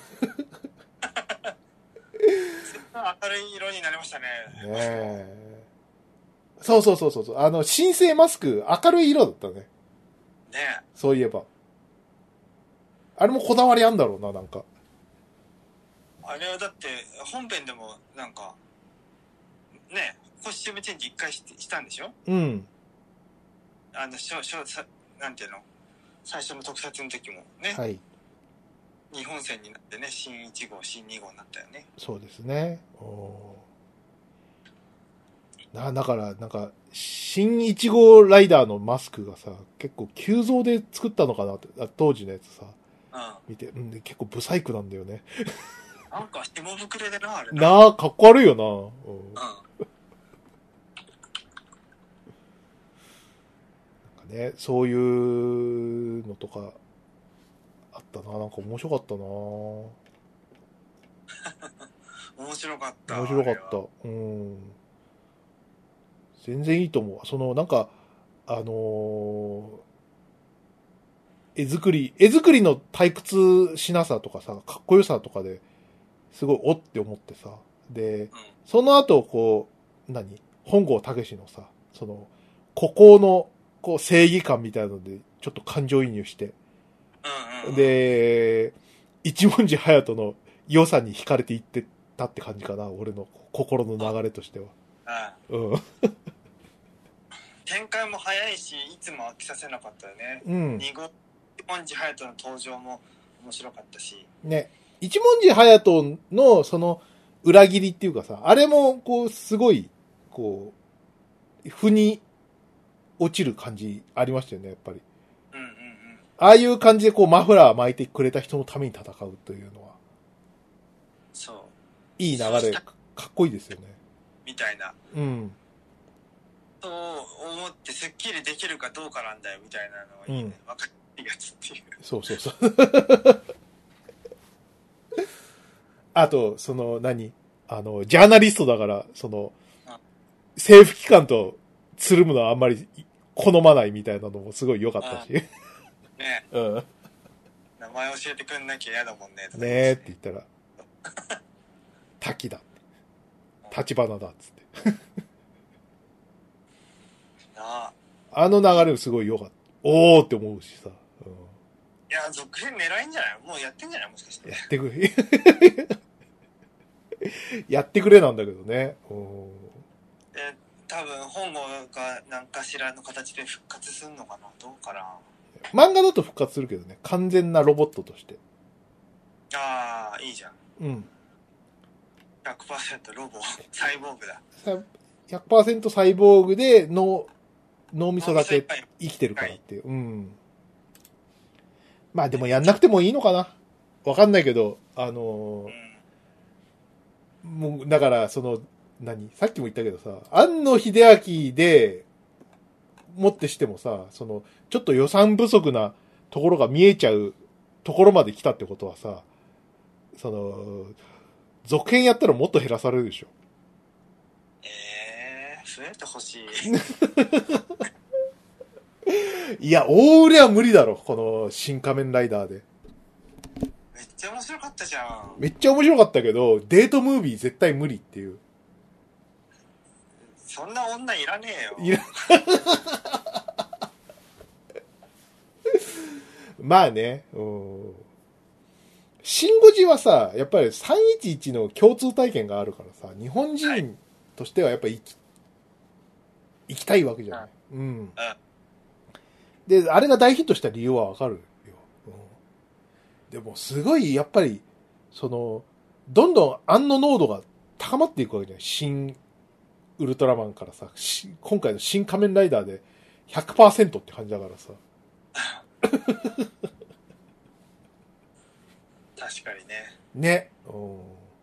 Speaker 1: 明るい色になりましたね。ね
Speaker 2: え。そうそうそうそう。あの、新生マスク、明るい色だったね。
Speaker 1: ね
Speaker 2: え。そういえば。あれもこだわりあんだろうな、なんか。
Speaker 1: あれはだって、本編でも、なんか、ね、コスチュームチェンジ一回 し, したんでしょうん。あの、しょ、しょ、さ、なんていうの最初の特撮の時もね。はい。日本戦になってね、新いち号、新に号になったよね。
Speaker 2: そうですね。おな、だから、なんか、新いち号ライダーのマスクがさ、結構急増で作ったのかなって、当時のやつさ、うん、見て、うん、結構ブサイクなんだよね。
Speaker 1: なんか、紐膨れでな、あれな。
Speaker 2: なあ、かっこ悪いよな。うん。うんね、そういうのとかあったな。なんか面白かったな。
Speaker 1: 面白かった。
Speaker 2: 面白かった。うん。全然いいと思う。その、なんか、あのー、絵作り、絵作りの退屈しなさとかさ、かっこよさとかで、すごいおって思ってさ。で、うん、その後、こう、何本郷武のさ、その、孤高の、こう、正義感みたいなので、ちょっと感情移入して。
Speaker 1: うんうん、
Speaker 2: で、一文字隼人の良さに惹かれていってたって感じかな、俺の心の流れとしては。うん。
Speaker 1: 展開も早いし、いつも飽きさせなかったよね。うん。二号、一文字隼人の登場も面白かったし。
Speaker 2: ね。一文字隼人の、その、裏切りっていうかさ、あれも、こう、すごい、こう、腑に落ちる感じありましたよね、やっぱり。
Speaker 1: うんうんうん。
Speaker 2: ああいう感じで、こう、マフラー巻いてくれた人のために戦うというのは。
Speaker 1: そう。
Speaker 2: いい流れ、かっこいいですよね。
Speaker 1: みたいな。
Speaker 2: うん。
Speaker 1: そう思ってスッキリできるかどうかなんだよみたいなのがいいね、うん、分かるやつっていう。
Speaker 2: そうそうそう。あと、その何あの、ジャーナリストだから、その、政府機関とつるむのはあんまり好まないみたいなのもすごい良かったし。ね。うん。
Speaker 1: 名前教えてくんなきゃ嫌だもんね。
Speaker 2: ねえって言ったら、滝だ。立花だっつって。
Speaker 1: あ,
Speaker 2: あの流れすごい良かった。おーって思うしさ。うん、い
Speaker 1: や、続編狙いんじゃない？もうやってんじゃない？もしかして。
Speaker 2: やってくれ。やってくれなんだけどね。うん、
Speaker 1: え、多分本郷が何かしらの形で復活するのかな？どうかな？
Speaker 2: 漫画だと復活するけどね。完全なロボットとして。
Speaker 1: ああ、いいじゃん。
Speaker 2: うん。
Speaker 1: ひゃくパーセント ロボ、サイボーグだ。
Speaker 2: ひゃくパーセント サイボーグで脳、脳みそだけ生きてるからっていう。うん。まあでもやんなくてもいいのかな。わかんないけど、あのーうん、もう、だから、その、何さっきも言ったけどさ、庵野秀明で、もってしてもさ、その、ちょっと予算不足なところが見えちゃうところまで来たってことはさ、その、続編やったらもっと減らされるでしょ。
Speaker 1: えー、増えてほし
Speaker 2: い。いや、大売れは無理だろ、この新仮面ライダーで。
Speaker 1: めっちゃ面白かったじゃん。
Speaker 2: めっちゃ面白かったけど、デートムービー絶対無理っていう。
Speaker 1: そんな女いらねえよ。
Speaker 2: いらまあね、うん。シンゴジはさ、やっぱりさんいちいちの共通体験があるからさ、日本人としてはやっぱり行き、行きたいわけじゃない。うん。うん、で、あれが大ヒットした理由はわかるよ、うん。でもすごい、やっぱり、その、どんどん案の濃度が高まっていくわけじゃない。新ウルトラマンからさ、今回の新仮面ライダーで ひゃくパーセント って感じだからさ。
Speaker 1: 確かにね。
Speaker 2: ね。うん。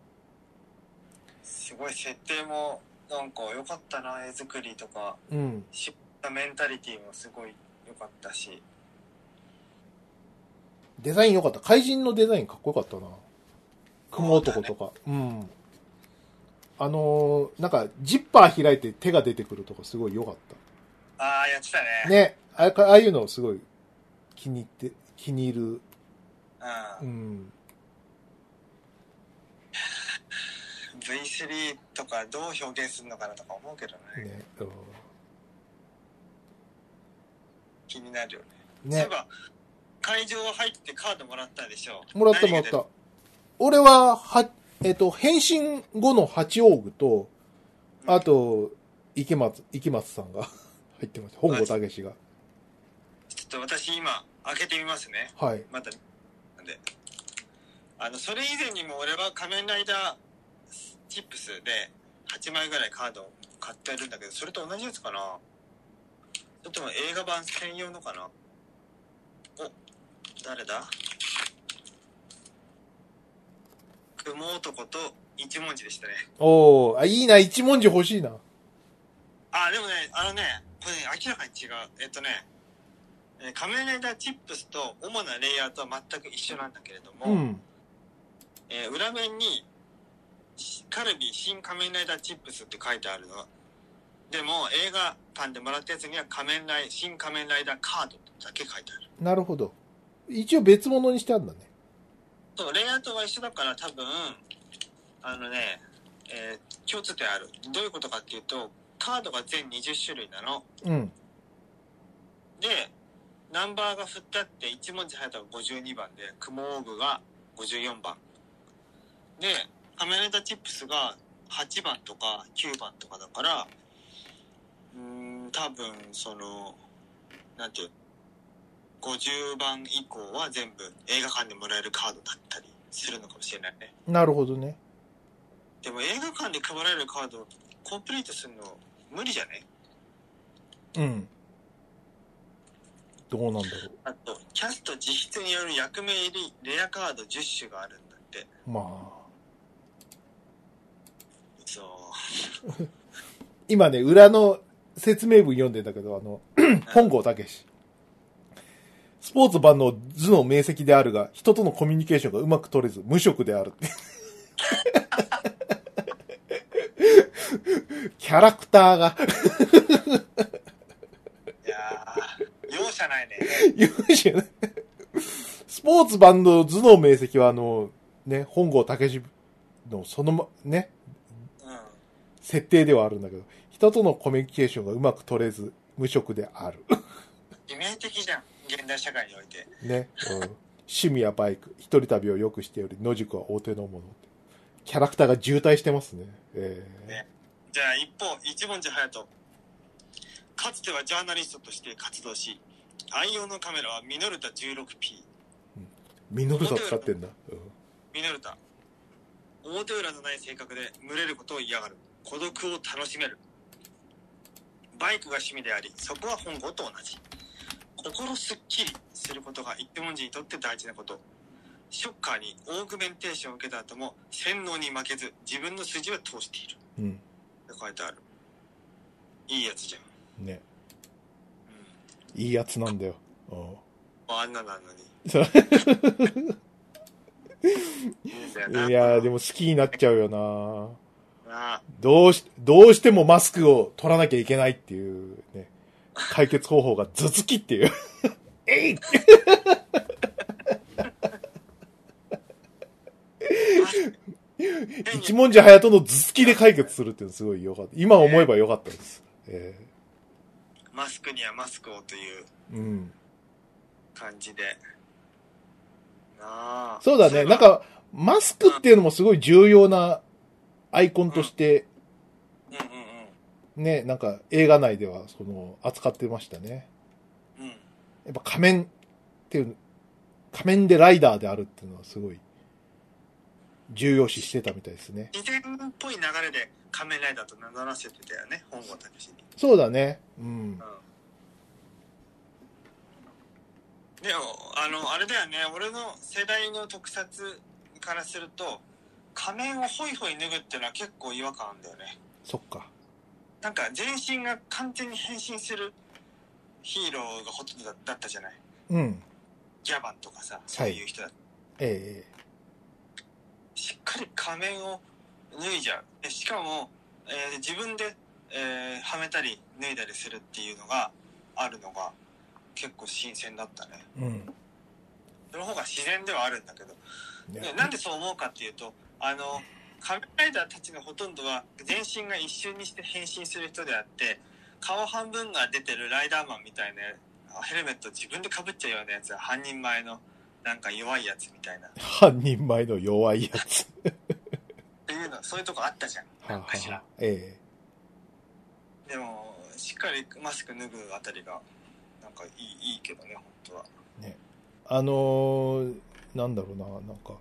Speaker 1: すごい設定もなんか良かったな、絵作りとか。
Speaker 2: うん。
Speaker 1: しったメンタリティもすごい良かったし。
Speaker 2: デザイン良かった。怪人のデザインかっこよかったな。雲男とか。う, ね、うん。あのー、なんか、ジッパー開いて手が出てくるとかすごい良かった。
Speaker 1: ああ、やってたね。
Speaker 2: ね。あああいうのすごい気に入って、気に入る。
Speaker 1: うん。
Speaker 2: うん。
Speaker 1: ブイスリー とかどう表現するのかなとか思うけどね。ね、うん、気になるよね。ね。そういえば、会場入ってカードもらったでしょ。
Speaker 2: もらったもらった。俺は、は、えっと、変身後の八王具と、あと、池松、池松さんが入ってます。本郷武史が。
Speaker 1: ちょっと私今、開けてみますね。
Speaker 2: はい。
Speaker 1: また、なんで。あの、それ以前にも俺は仮面ライダーチップスではちまいぐらいカードを買ってるんだけど、それと同じやつかな？それとも映画版専用のかな？お、誰だ？雲男と一文字でしたね。
Speaker 2: おー、あ、いいな、一文字欲しいな。
Speaker 1: あ、でもね、あのね、これね、明らかに違う。えっとね、えー、仮面ライダーチップスと主なレイヤーとは全く一緒なんだけれども、うん、えー、裏面にカルビ新仮面ライダーチップスって書いてあるの。でも映画館でもらったやつには仮面ライ新仮面ライダーカードだけ書いてある。
Speaker 2: なるほど。一応別物にしてあるんだね。
Speaker 1: そう、レイアウトは一緒だから多分、あのね、えー、共通点ある。どういうことかっていうと、カードが全にじゅっしゅるいなの。
Speaker 2: うん。
Speaker 1: で、ナンバーが振ってあって、一文字隼人がごじゅうにばんで、クモオーグがごじゅうよんばん。で、仮面ライダーチップスがはちばんとかきゅうばんとかだから、うーん、多分、その、なんていう、ごじゅうばん以降は全部映画館でもらえるカードだったりするのかもしれないね。
Speaker 2: なるほどね。
Speaker 1: でも映画館で配られるカードをコンプリートするの無理じゃね？
Speaker 2: うん。どうなんだろう。
Speaker 1: あと、キャスト自筆による役名入りレアカードじゅっしゅがあるんだって。
Speaker 2: まあ。
Speaker 1: そう。
Speaker 2: 今ね、裏の説明文読んでんだけど、あの、本郷武史。スポーツ万能頭脳明晰であるが、人とのコミュニケーションがうまく取れず、無職であるって。キャラクターが。
Speaker 1: いやー、容赦ないね。
Speaker 2: 容赦ない。スポーツ万能頭脳明晰は、あの、ね、本郷武史のそのま、ね、うん、設定ではあるんだけど、人とのコミュニケーションがうまく取れず、無職である。
Speaker 1: 致命的じゃん。現代社会において。
Speaker 2: ね、うん。趣味やバイク、一人旅をよくしており、野宿は大手のもの。キャラクターが渋滞してますね。えー、ね。
Speaker 1: じゃあ一方、一文字隼人。かつてはジャーナリストとして活動し、愛用のカメラはミノルタ じゅうろくピー。
Speaker 2: うん、ミノルタ使ってんだ。うん、
Speaker 1: ミノルタ。表裏のない性格で群れることを嫌がる。孤独を楽しめる。バイクが趣味であり、そこは本郷と同じ。心すっきりすることが一文字にとって大事なこと。ショッカーにオーグメンテーションを受けた後も洗脳に負けず自分の筋は通している。うん。って書いてある。いいやつじゃん。ね。
Speaker 2: うん、いいやつなんだよ。
Speaker 1: ああんななのに。
Speaker 2: いやーでも好きになっちゃうよな。ああどうし、どうしてもマスクを取らなきゃいけないっていうね。解決方法が頭突きっていう。えい一文字隼人の頭突きで解決するっていうのすごい良かった。今思えば良かったです。え
Speaker 1: ー、マスクにはマスクをという感じで。
Speaker 2: うん、あそうだね。なんか、マスクっていうのもすごい重要なアイコンとして、うんうんうんうんね、なんか映画内ではその扱ってましたね。うん。やっぱ仮面っていう、仮面でライダーであるっていうのはすごい重要視してたみたいですね。
Speaker 1: 自然っぽい流れで仮面ライダーと名乗らせてたよね、本郷武史に。
Speaker 2: そうだね。うん。うん、
Speaker 1: でも、あの、あれだよね、俺の世代の特撮からすると、仮面をホイホイ脱ぐっていうのは結構違和感あるんだよね。
Speaker 2: そっか。
Speaker 1: なんか全身が完全に変身するヒーローがほとんどだったじゃない。うん。ギャバンとかさ、そういう人だった。はい、ええしっかり仮面を脱いじゃう。でしかも、えー、自分で、えー、はめたり脱いだりするっていうのがあるのが結構新鮮だったね。うん。その方が自然ではあるんだけど。ね、なんでそう思うかっていうと、あの、仮面ライダーたちのほとんどは全身が一瞬にして変身する人であって、顔半分が出てるライダーマンみたいなヘルメット自分で被っちゃうようなやつは半人前のなんか弱いやつみたいな。
Speaker 2: 半人前の弱いやつ。
Speaker 1: っていうの、そういうとこあったじゃん。なんかしら。ははええ。でも、しっかりマスク脱ぐあたりが、なんかいい、いいけどね、本当は。ね。
Speaker 2: あのー、なんだろうな、なんか、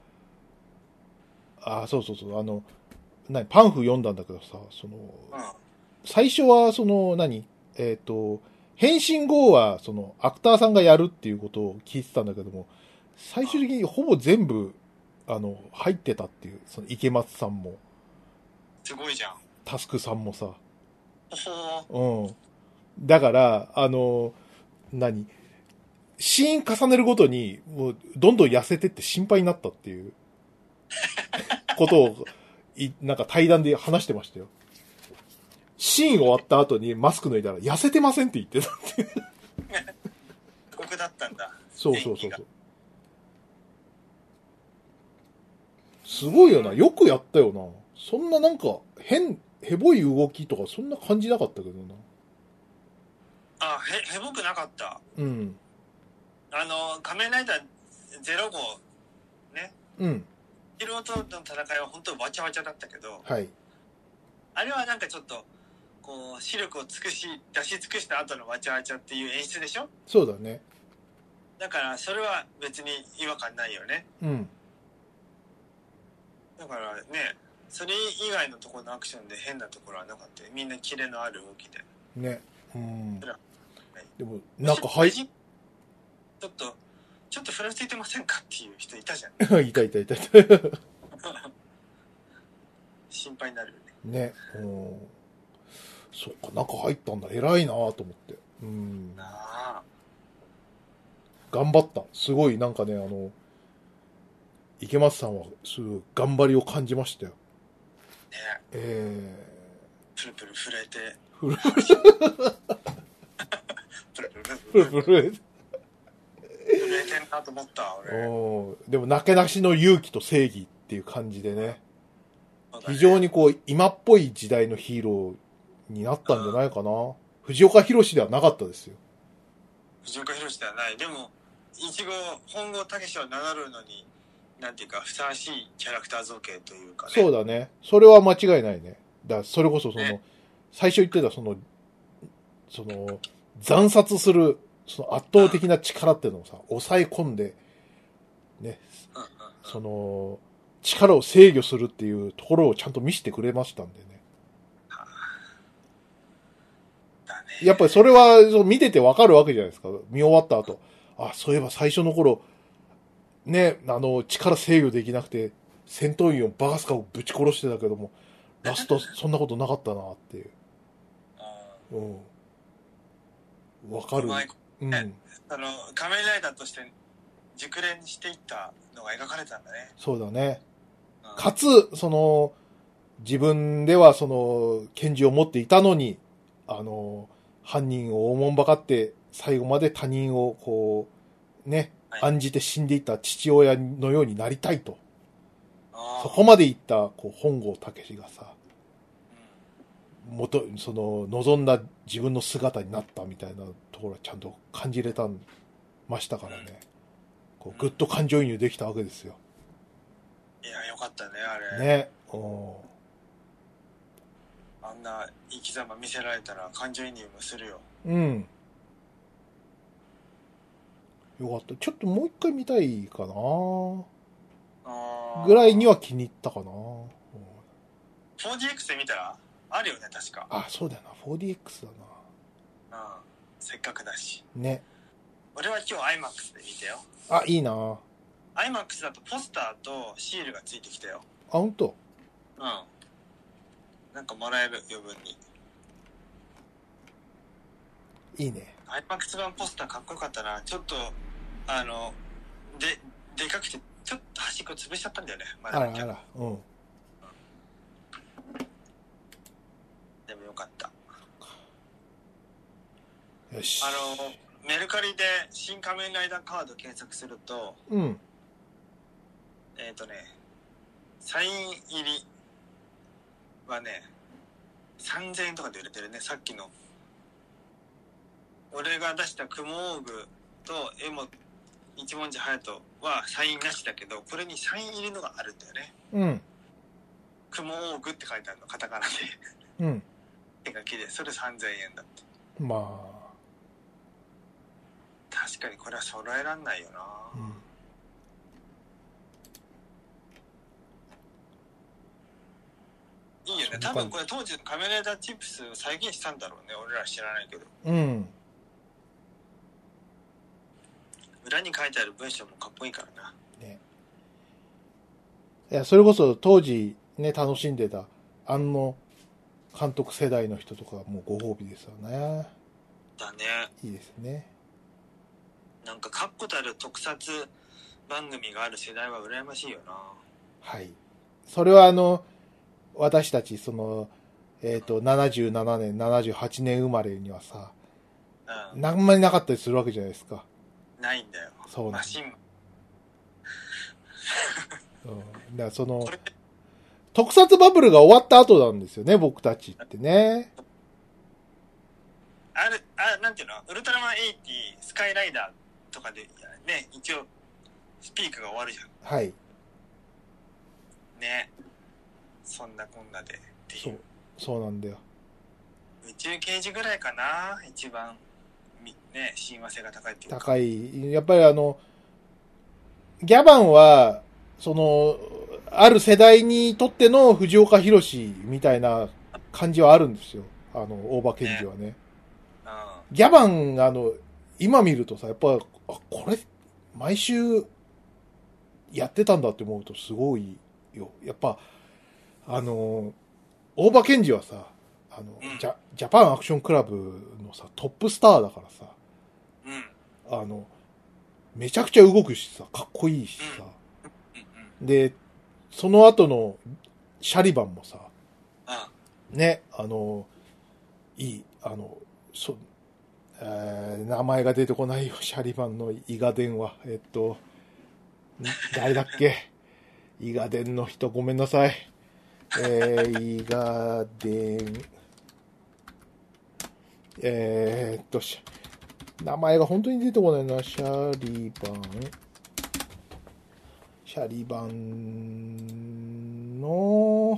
Speaker 2: あ、そうそうそう、あの、何、パンフ読んだんだけどさ、その、うん、最初は、その、何、えっと、変身後は、その、アクターさんがやるっていうことを聞いてたんだけども、最終的にほぼ全部、あの、入ってたっていう、その、池松さんも。
Speaker 1: すごいじゃん。
Speaker 2: タスクさんもさ。うん。だから、あの、何シーン重ねるごとに、もう、どんどん痩せてって心配になったっていう、ことをい、なんか対談で話してましたよ。シーン終わった後にマスク脱いだら、痩せてませんって言ってたって。
Speaker 1: 僕だったんだ。
Speaker 2: そうそうそうそう。すごいよな。よくやったよな。そんななんか、変、へぼい動きとかそんな感じなかったけどな。
Speaker 1: あ、へ、へぼくなかった。
Speaker 2: うん。
Speaker 1: あの、仮面ライダーゼロ号、ね。
Speaker 2: うん。
Speaker 1: ヒーローとの戦いは本当わちゃわちゃだったけど、
Speaker 2: はい。
Speaker 1: あれはなんかちょっと、こう、視力を尽くし、出し尽くした後のわちゃわちゃっていう演出でしょ？
Speaker 2: そうだね。
Speaker 1: だから、それは別に違和感ないよね。
Speaker 2: うん。
Speaker 1: だからね、それ以外のところのアクションで変なところはなかったよ。みんなキレのある動きで。
Speaker 2: ね。うん。
Speaker 1: はい、
Speaker 2: でも、なんかはい。
Speaker 1: ちょっと、ちょっとふらついてませんかっていう人いたじゃ
Speaker 2: ん。いたいたいたいた。
Speaker 1: 心配になるよね。
Speaker 2: ね。うん。そっか、中入ったんだ。偉いなぁと思って。うん。
Speaker 1: なあ。
Speaker 2: 頑張った。すごい、なんかね、あの、池松さんは、すごい頑張りを感じましたよ。ねえ
Speaker 1: ー。プルプル震えて。
Speaker 2: プルプル。プルプル震えて。
Speaker 1: 震えてんなと思った、俺。
Speaker 2: おでも、なけなしの勇気と正義っていう感じでね。ね非常にこう、今っぽい時代のヒーローになったんじゃないかな。藤岡弘ではなかったですよ。
Speaker 1: 藤岡弘ではない。でも、一号、本郷武史を名乗るのに、なんていうか、ふさわしいキャラクター造形というかね。
Speaker 2: そうだね。それは間違いないね。だそれこそその、ね、最初言ってたその、その、惨殺する、その圧倒的な力っていうのをさ、抑え込んで、ね、
Speaker 1: うんうんうん、
Speaker 2: その、力を制御するっていうところをちゃんと見せてくれましたんでね。はあ、だね。やっぱりそれは見ててわかるわけじゃないですか。見終わった後。あ、そういえば最初の頃、ね、あの、力制御できなくて、戦闘員をバカスカをぶち殺してたけども、ラストそんなことなかったなっていう。うん。わかる。
Speaker 1: うん。あの、仮面ライダーとして熟練していったのが描かれたんだね。
Speaker 2: そうだね。うん、かつ、その、自分ではその、拳銃を持っていたのに、あの、犯人をおもんばかって、最後まで他人をこう、ね、案じて死んでいた父親のようになりたいと。そこまでいったこう本郷武がさ、元その望んだ自分の姿になったみたいなところはちゃんと感じれたましたからね。こうぐっと感情移入できたわけですよ。
Speaker 1: いやよかったねあれ。
Speaker 2: ね。お
Speaker 1: あんな生き様見せられたら感情移入もするよ。
Speaker 2: うん。よかった。ちょっともう一回見たいかなぐらいには気に入ったかな、うん、
Speaker 1: フォーディーエックス で見たらあるよね確か。
Speaker 2: あ、そうだよな フォーディーエックス だ
Speaker 1: な。うん。せっかくだし。
Speaker 2: ね。
Speaker 1: 俺は今日 アイマックス で見たよ。
Speaker 2: あ、いいな
Speaker 1: アイマックス だとポスターとシールがついてきたよ。
Speaker 2: あ、ほんと？
Speaker 1: うん。なんかもらえる余分に。
Speaker 2: いいね。
Speaker 1: アイマックス 版ポスターかっこよかったな。ちょっと、あの、で、でかくて、ちょっと端っこ潰しちゃったんだよね。まだ
Speaker 2: あらあら、うん。うん、
Speaker 1: でもよかった。
Speaker 2: よし。
Speaker 1: あの、メルカリで新仮面ライダーカード検索すると、
Speaker 2: うん。
Speaker 1: えっとね、サイン入りはね、さんぜんえんとかで売れてるね、さっきの。俺が出したクモオーグとエモ一文字隼人はサインなしだけど、これにサイン入りのがあるんだよね。
Speaker 2: うん。
Speaker 1: クモオーグって書いてあるの、カタカナで。
Speaker 2: うん。
Speaker 1: 手書きで、それさんぜんえんだって。
Speaker 2: まあ。
Speaker 1: 確かにこれは揃えらんないよな。うん。いいよね。多分これ当時のカメライダーチップスを再現したんだろうね。俺ら知らないけど。
Speaker 2: うん。
Speaker 1: 裏に書いてある文章もかっこいいからな。
Speaker 2: ね。いや、それこそ当時ね、楽しんでた、あの監督世代の人とかもうご褒美ですよね。
Speaker 1: だね。
Speaker 2: いいですね。
Speaker 1: なんか確固たる特撮番組がある世代は羨ましいよな。
Speaker 2: はい。それはあの、 私たち、その、えっと、ななじゅうななねん、ななじゅうはちねん生まれにはさ、
Speaker 1: うん。
Speaker 2: なんまりなかったりするわけじゃないですか。
Speaker 1: ないんだよ。
Speaker 2: そうなんだ。
Speaker 1: マシン。
Speaker 2: うん。だからその
Speaker 1: こ、れ、
Speaker 2: 特撮バブルが終わった後なんですよね、僕たちってね。
Speaker 1: ある、あ、なんていうのウルトラマンはちじゅう、スカイライダーとかで、ね、一応、スピークが終わるじゃん。
Speaker 2: はい。
Speaker 1: ね。そんなこんなで。って
Speaker 2: そ、
Speaker 1: いうう。
Speaker 2: そうなんだよ。
Speaker 1: 宇宙刑事ぐらいかな一番、みね、親和性が高いっていうか。
Speaker 2: 高い。やっぱりあの、ギャバンは、その、ある世代にとっての藤岡弘みたいな感じはあるんですよ。あの、大場健二はね。
Speaker 1: うん。
Speaker 2: ギャバン、あの、今見るとさ、やっぱ、あ、これ、毎週、やってたんだって思うとすごいよ。やっぱ、あの、大場健二はさ、あの、
Speaker 1: うん
Speaker 2: ジャ、ジャパンアクションクラブのさ、トップスターだからさ、
Speaker 1: うん。
Speaker 2: あの、めちゃくちゃ動くしさ、かっこいいしさ、
Speaker 1: うん。
Speaker 2: で、その後のシャリバンもさ、
Speaker 1: うん。
Speaker 2: ね、あの、いい、あの、そ、えー名前が出てこないよ、シャリバンの伊賀伝は。えっと、ん誰だっけ伊賀伝の人、ごめんなさい。えー、伊賀伝、えー、っと、し名前が本当に出てこないな、シャリバン、シャリバンの、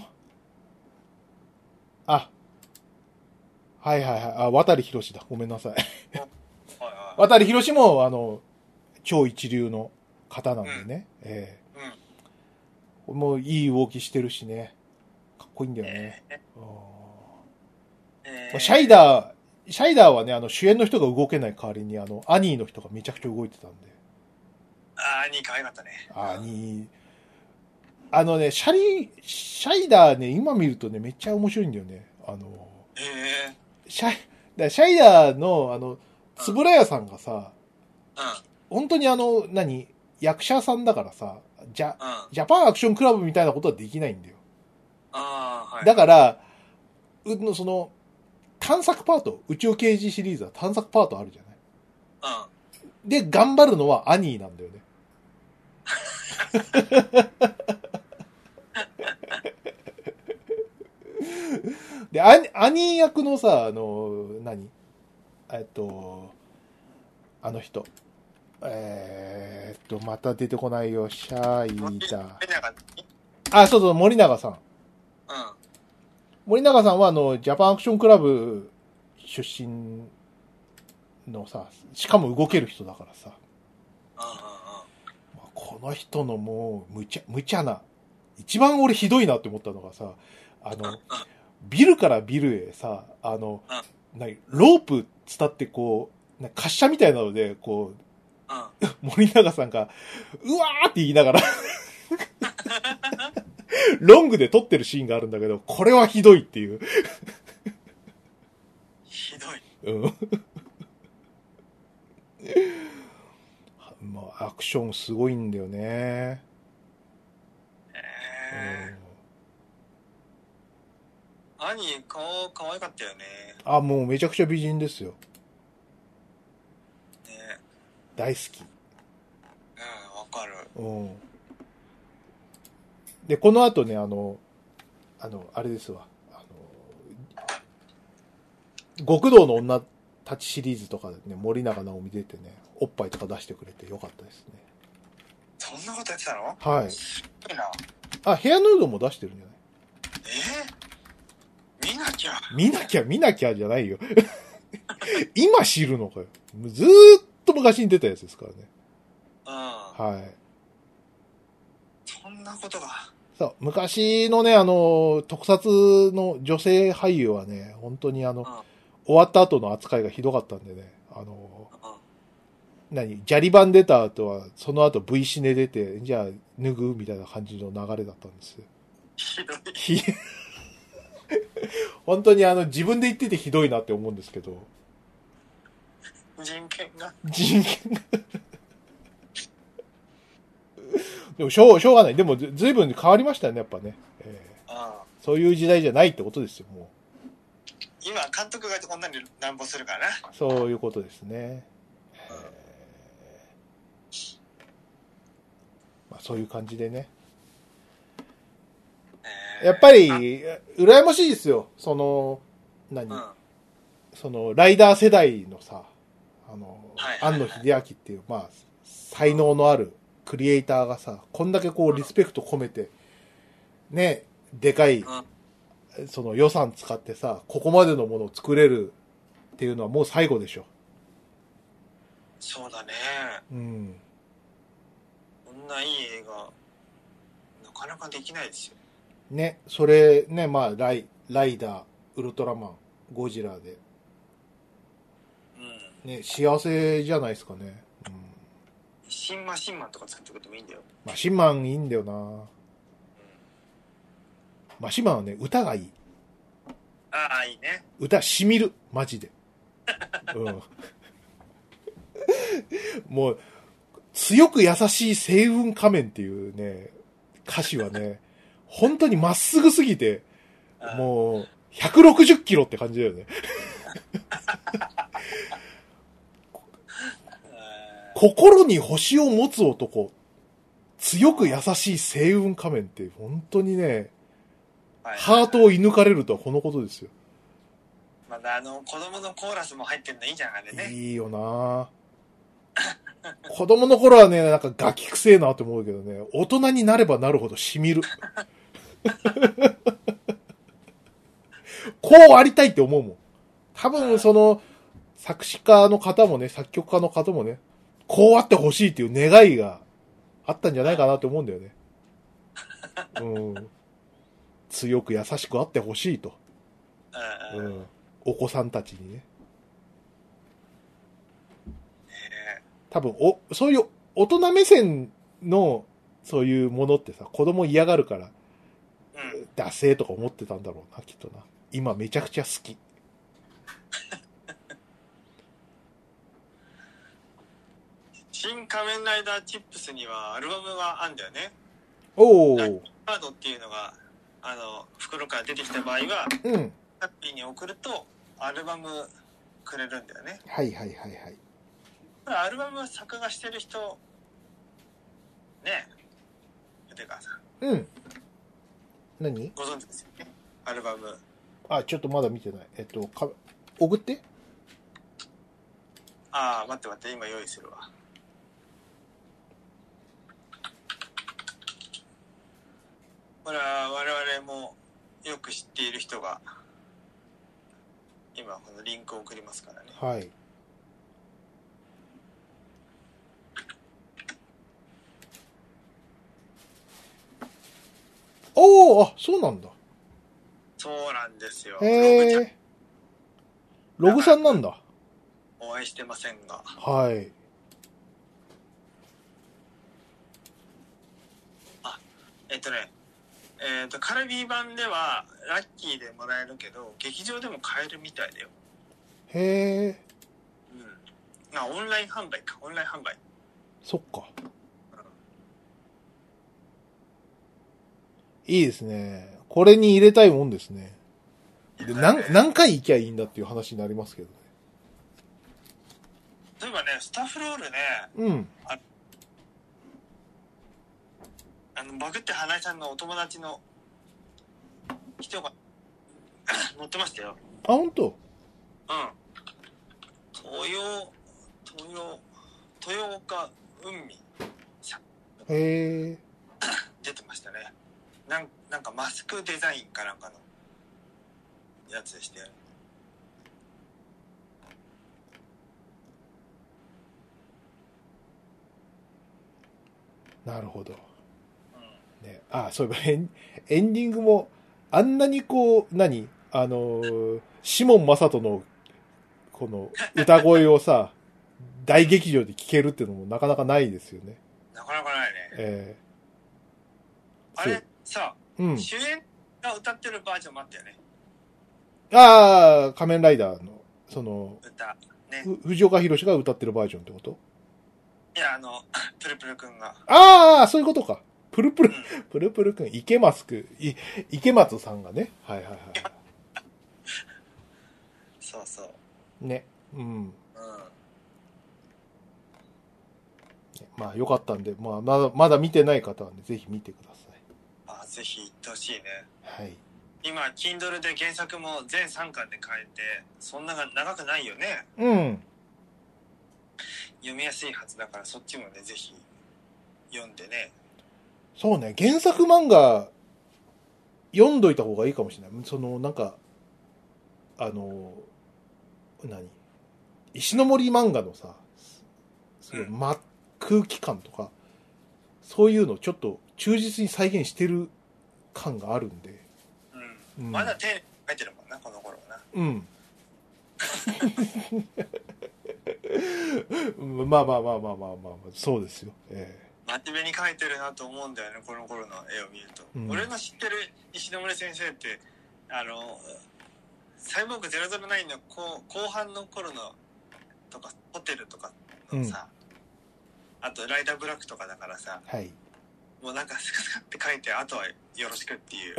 Speaker 2: あ、はいはいはい。あ、渡博だ。ごめんなさい。
Speaker 1: はいはい。
Speaker 2: 渡博も、あの、超一流の方なんでね。え
Speaker 1: うん。
Speaker 2: えもういい動きしてるしね。かっこいいんだよね。
Speaker 1: え
Speaker 2: う
Speaker 1: ーえー
Speaker 2: んシャイダー、シャイダーはね、あの、主演の人が動けない代わりに、あの、アニーの人がめちゃくちゃ動いてたんで。
Speaker 1: あー、に可愛かったね。
Speaker 2: アニー、あのね、シャリ、シャイダーね、今見るとね、めっちゃ面白いんだよね。あの、
Speaker 1: え
Speaker 2: シャイ、だからシャイダーの、あの、つぶらやさんがさ、
Speaker 1: ー、うん。
Speaker 2: 本当にあの、何役者さんだからさ、ジャ、
Speaker 1: うん。
Speaker 2: ジャパンアクションクラブみたいなことはできないんだよ。
Speaker 1: ああ、はい。
Speaker 2: だから、うの、その、探索パート、宇宙刑事シリーズは探索パートあるじゃない
Speaker 1: うん。
Speaker 2: で、頑張るのはアニーなんだよね。で、アニ、アニー役のさ、あの、何えっと、あの人。えー、っと、また出てこないよ、シャイダー。
Speaker 1: なんか、
Speaker 2: あ、そうそう、森永さん。
Speaker 1: うん。
Speaker 2: 森永さんは、あの、ジャパンアクションクラブ出身のさ、しかも動ける人だからさ。
Speaker 1: うんうんうん。
Speaker 2: この人のもう、むちゃ、無茶な。一番俺ひどいなって思ったのがさ、あの、ビルからビルへさ、あの、なロープ伝ってこう、な滑車みたいなので、こう、
Speaker 1: うん。
Speaker 2: 森永さんが、うわーって言いながら、ロングで撮ってるシーンがあるんだけど、これはひどいっていう。
Speaker 1: ひどい。
Speaker 2: うん。まあ、アクションすごいんだよね。
Speaker 1: え
Speaker 2: うん
Speaker 1: えー。兄、顔、可愛かったよね。
Speaker 2: あ、もうめちゃくちゃ美人ですよ。
Speaker 1: ね。
Speaker 2: 大好き。
Speaker 1: うん、わかる。
Speaker 2: うん。で、この後ね、あの、あの、あれですわ。あの、極道の女たちシリーズとかでね、森永直美出てね、おっぱいとか出してくれてよかったですね。
Speaker 1: そんなことやってたの
Speaker 2: はい。
Speaker 1: すごいな。
Speaker 2: あ、ヘアヌードも出してるんじゃない
Speaker 1: えー、見なきゃ。
Speaker 2: 見なきゃ見なきゃじゃないよ。今知るのかよ。ずーっと昔に出たやつですからね。
Speaker 1: うん。
Speaker 2: はい。
Speaker 1: そんなことが。
Speaker 2: そう、昔のね、あの、特撮の女性俳優はね、本当にあの、
Speaker 1: うん。
Speaker 2: 終わった後の扱いがひどかったんでね、あの、
Speaker 1: うん。
Speaker 2: 何ジャリ版出た後は、その後 V シネ出て、じゃあ脱ぐみたいな感じの流れだったんですよ。
Speaker 1: ひどい。
Speaker 2: ひ本当にあの、自分で言っててひどいなって思うんですけど、
Speaker 1: 人権が。
Speaker 2: 人権がでもしょう、しょうがない。でもず、ずいぶん変わりましたよね、やっぱね。えー
Speaker 1: あ
Speaker 2: そういう時代じゃないってことですよ、も
Speaker 1: 今、監督が女に乱暴するからな。
Speaker 2: う。そういうことですね。えーまあ、そういう感じでね。
Speaker 1: えー
Speaker 2: やっぱり、羨ましいですよ。その、何、
Speaker 1: うん。
Speaker 2: その、ライダー世代のさ、あの、
Speaker 1: はいはいはい
Speaker 2: 庵野秀明っていう、まあ、才能のあるクリエイターがさ、こんだけこう、リスペクト込めて、ね、でかい、
Speaker 1: うん。
Speaker 2: その予算使ってさ、ここまでのものを作れるっていうのはもう最後でしょ。
Speaker 1: そうだね。
Speaker 2: うん。
Speaker 1: こんないい映画、なかなかできないですよ。
Speaker 2: ね、それね、まあ、ライ、ライダー、ウルトラマン、ゴジラで、
Speaker 1: うん。
Speaker 2: ね、幸せじゃないですかね。うん。
Speaker 1: 新マシンマンとか作ってくれてもいいんだよ。
Speaker 2: マシンマンいいんだよな。マシンマンはね、歌がいい。
Speaker 1: ああ、いいね。
Speaker 2: 歌しみる。マジで。うん。もう、強く優しい星雲仮面っていうね、歌詞はね、本当にまっすぐすぎて、もう、ひゃくろくじゅっキロって感じだよね。心に星を持つ男、強く優しい星雲仮面って本当にね、ハートを射抜かれるとはこのことですよ。
Speaker 1: まだあの子供のコーラスも入ってるのいいじゃんあれね。
Speaker 2: いいよな子供の頃はね、なんかガキくせえなって思うけどね、大人になればなるほど染みる。こうありたいって思うもん。多分その作詞家の方もね、作曲家の方もね、こうあってほしいっていう願いがあったんじゃないかなって思うんだよね。うん、強く優しくあってほしいと、うん、お子さんたちにね。多分おそういう大人目線のそういうものってさ、子供嫌がるから、うん、ダセーとか思ってたんだろうな、きっとな。今めちゃくちゃ好き。
Speaker 1: 新仮面ライダーチップスにはアルバムがあるんだよね。
Speaker 2: おお。
Speaker 1: ラッキーカードっていうのがあの袋から出てきた場合は、うん、ハッピーに送るとアルバムくれるんだよね。
Speaker 2: はいはいはいはい。
Speaker 1: アルバム作画してる人ねえ、てかさん。うん。
Speaker 2: 何？
Speaker 1: ご存知ですよね。アルバム。
Speaker 2: あ、ちょっとまだ見てない。えっとか送って。
Speaker 1: ああ、待って待って、今用意するわ。これは我々もよく知っている人が今このリンクを送りますからね。
Speaker 2: はい。おお、あ、そうなんだ。
Speaker 1: そうなんですよ。
Speaker 2: へえ。ログさんなんだ。
Speaker 1: お会いしてませんが。
Speaker 2: はい。
Speaker 1: あ、えっとね、えっとカルビー版ではラッキーでもらえるけど、劇場でも買えるみたいだよ。
Speaker 2: へえ。
Speaker 1: うん。あ、オンライン販売か、オンライン販売。
Speaker 2: そっか。いいですね。これに入れたいもんですね。で、何、何回行きゃいいんだっていう話になりますけどね。
Speaker 1: 例えばね、スタッフロールね、
Speaker 2: うん。
Speaker 1: あ、あの、バグって花井さんのお友達の人が乗ってましたよ。
Speaker 2: あ、ほんと？
Speaker 1: うん。豊、豊、豊岡海さん。
Speaker 2: へえ。
Speaker 1: 出てましたね。なん、なんかマスクデザインかなんかのやつでして。
Speaker 2: なるほど。うん、ね、あ、そういえばエン、エンディングもあんなにこう、何あのー、シモン・マサトのこの歌声をさ、大劇場で聴けるっていうのもなかなかないですよね。
Speaker 1: なかなかないね。
Speaker 2: え
Speaker 1: ー、あれさ、うん、主演が歌ってるバージョンもあったよね。
Speaker 2: ああ、仮面ライダーの、その、
Speaker 1: 歌、ね。
Speaker 2: 藤岡弘が歌ってるバージョンってこと？
Speaker 1: いや、あの、プルプルくんが。
Speaker 2: ああ、そういうことか。 プルプル、
Speaker 1: うん、
Speaker 2: プルプルくん、池松くん、い、池松さんがね。はいはいはい。
Speaker 1: そうそう。
Speaker 2: ね。うん。
Speaker 1: うん。
Speaker 2: まあよかったんで、まあまだ、まだ見てない方はね、ぜひ見てください。
Speaker 1: あ、ぜひ行ってほしいね。
Speaker 2: はい。
Speaker 1: 今、Kindle で原作も全さんかんで買えて、そんなが長くないよね。
Speaker 2: うん。
Speaker 1: 読みやすいはずだから、そっちもね、ぜひ読んでね。
Speaker 2: そうね、原作漫画読んどいた方がいいかもしれない。その、なんか、あの、何石の森漫画のさ、すごい、ま、空気感とか、そういうのをちょっと忠実に再現してる感があるんで。
Speaker 1: うん。
Speaker 2: うん、
Speaker 1: まだ手書いてるもんな、この頃はな。
Speaker 2: うん。まあまあまあまあまあまあ、まあ、そうですよ。ええ
Speaker 1: 真面目に描いてるなと思うんだよね、この頃の絵を見ると。うん、俺の知ってる石ノ森先生って、あの、サイボーグゼロゼロナインの後後半の頃のとか、ホテルとかのさ、うん、あとライダーブラックとかだからさ、
Speaker 2: はい、
Speaker 1: もうなんかスカスカって書いて、あとはよろしくっていう。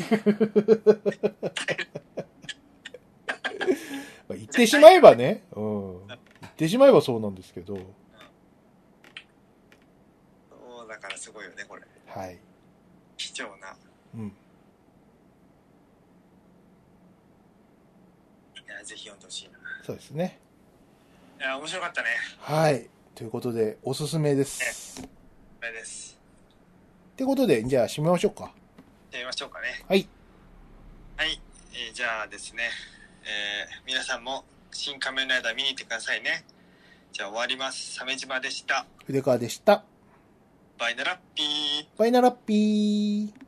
Speaker 2: 言ってしまえばね、うん、言ってしまえばそうなんですけど、うん、
Speaker 1: そうだからすごいよねこれ。
Speaker 2: はい。
Speaker 1: 貴重な。
Speaker 2: うん。い
Speaker 1: やぜひ読んでほしいな。
Speaker 2: そうですね。
Speaker 1: いや面白かったね。
Speaker 2: はい。ということでおすすめです。
Speaker 1: ね、これです。
Speaker 2: ってことでじゃあ締めましょうか。
Speaker 1: 締めましょうかね。
Speaker 2: はい。
Speaker 1: はい、えー、じゃあですね。えー、皆さんも新仮面ライダー見に行ってくださいね。じゃあ終わります。鮫島でした。
Speaker 2: 筆川でした。
Speaker 1: バイナラッピー。
Speaker 2: バイナラッピー。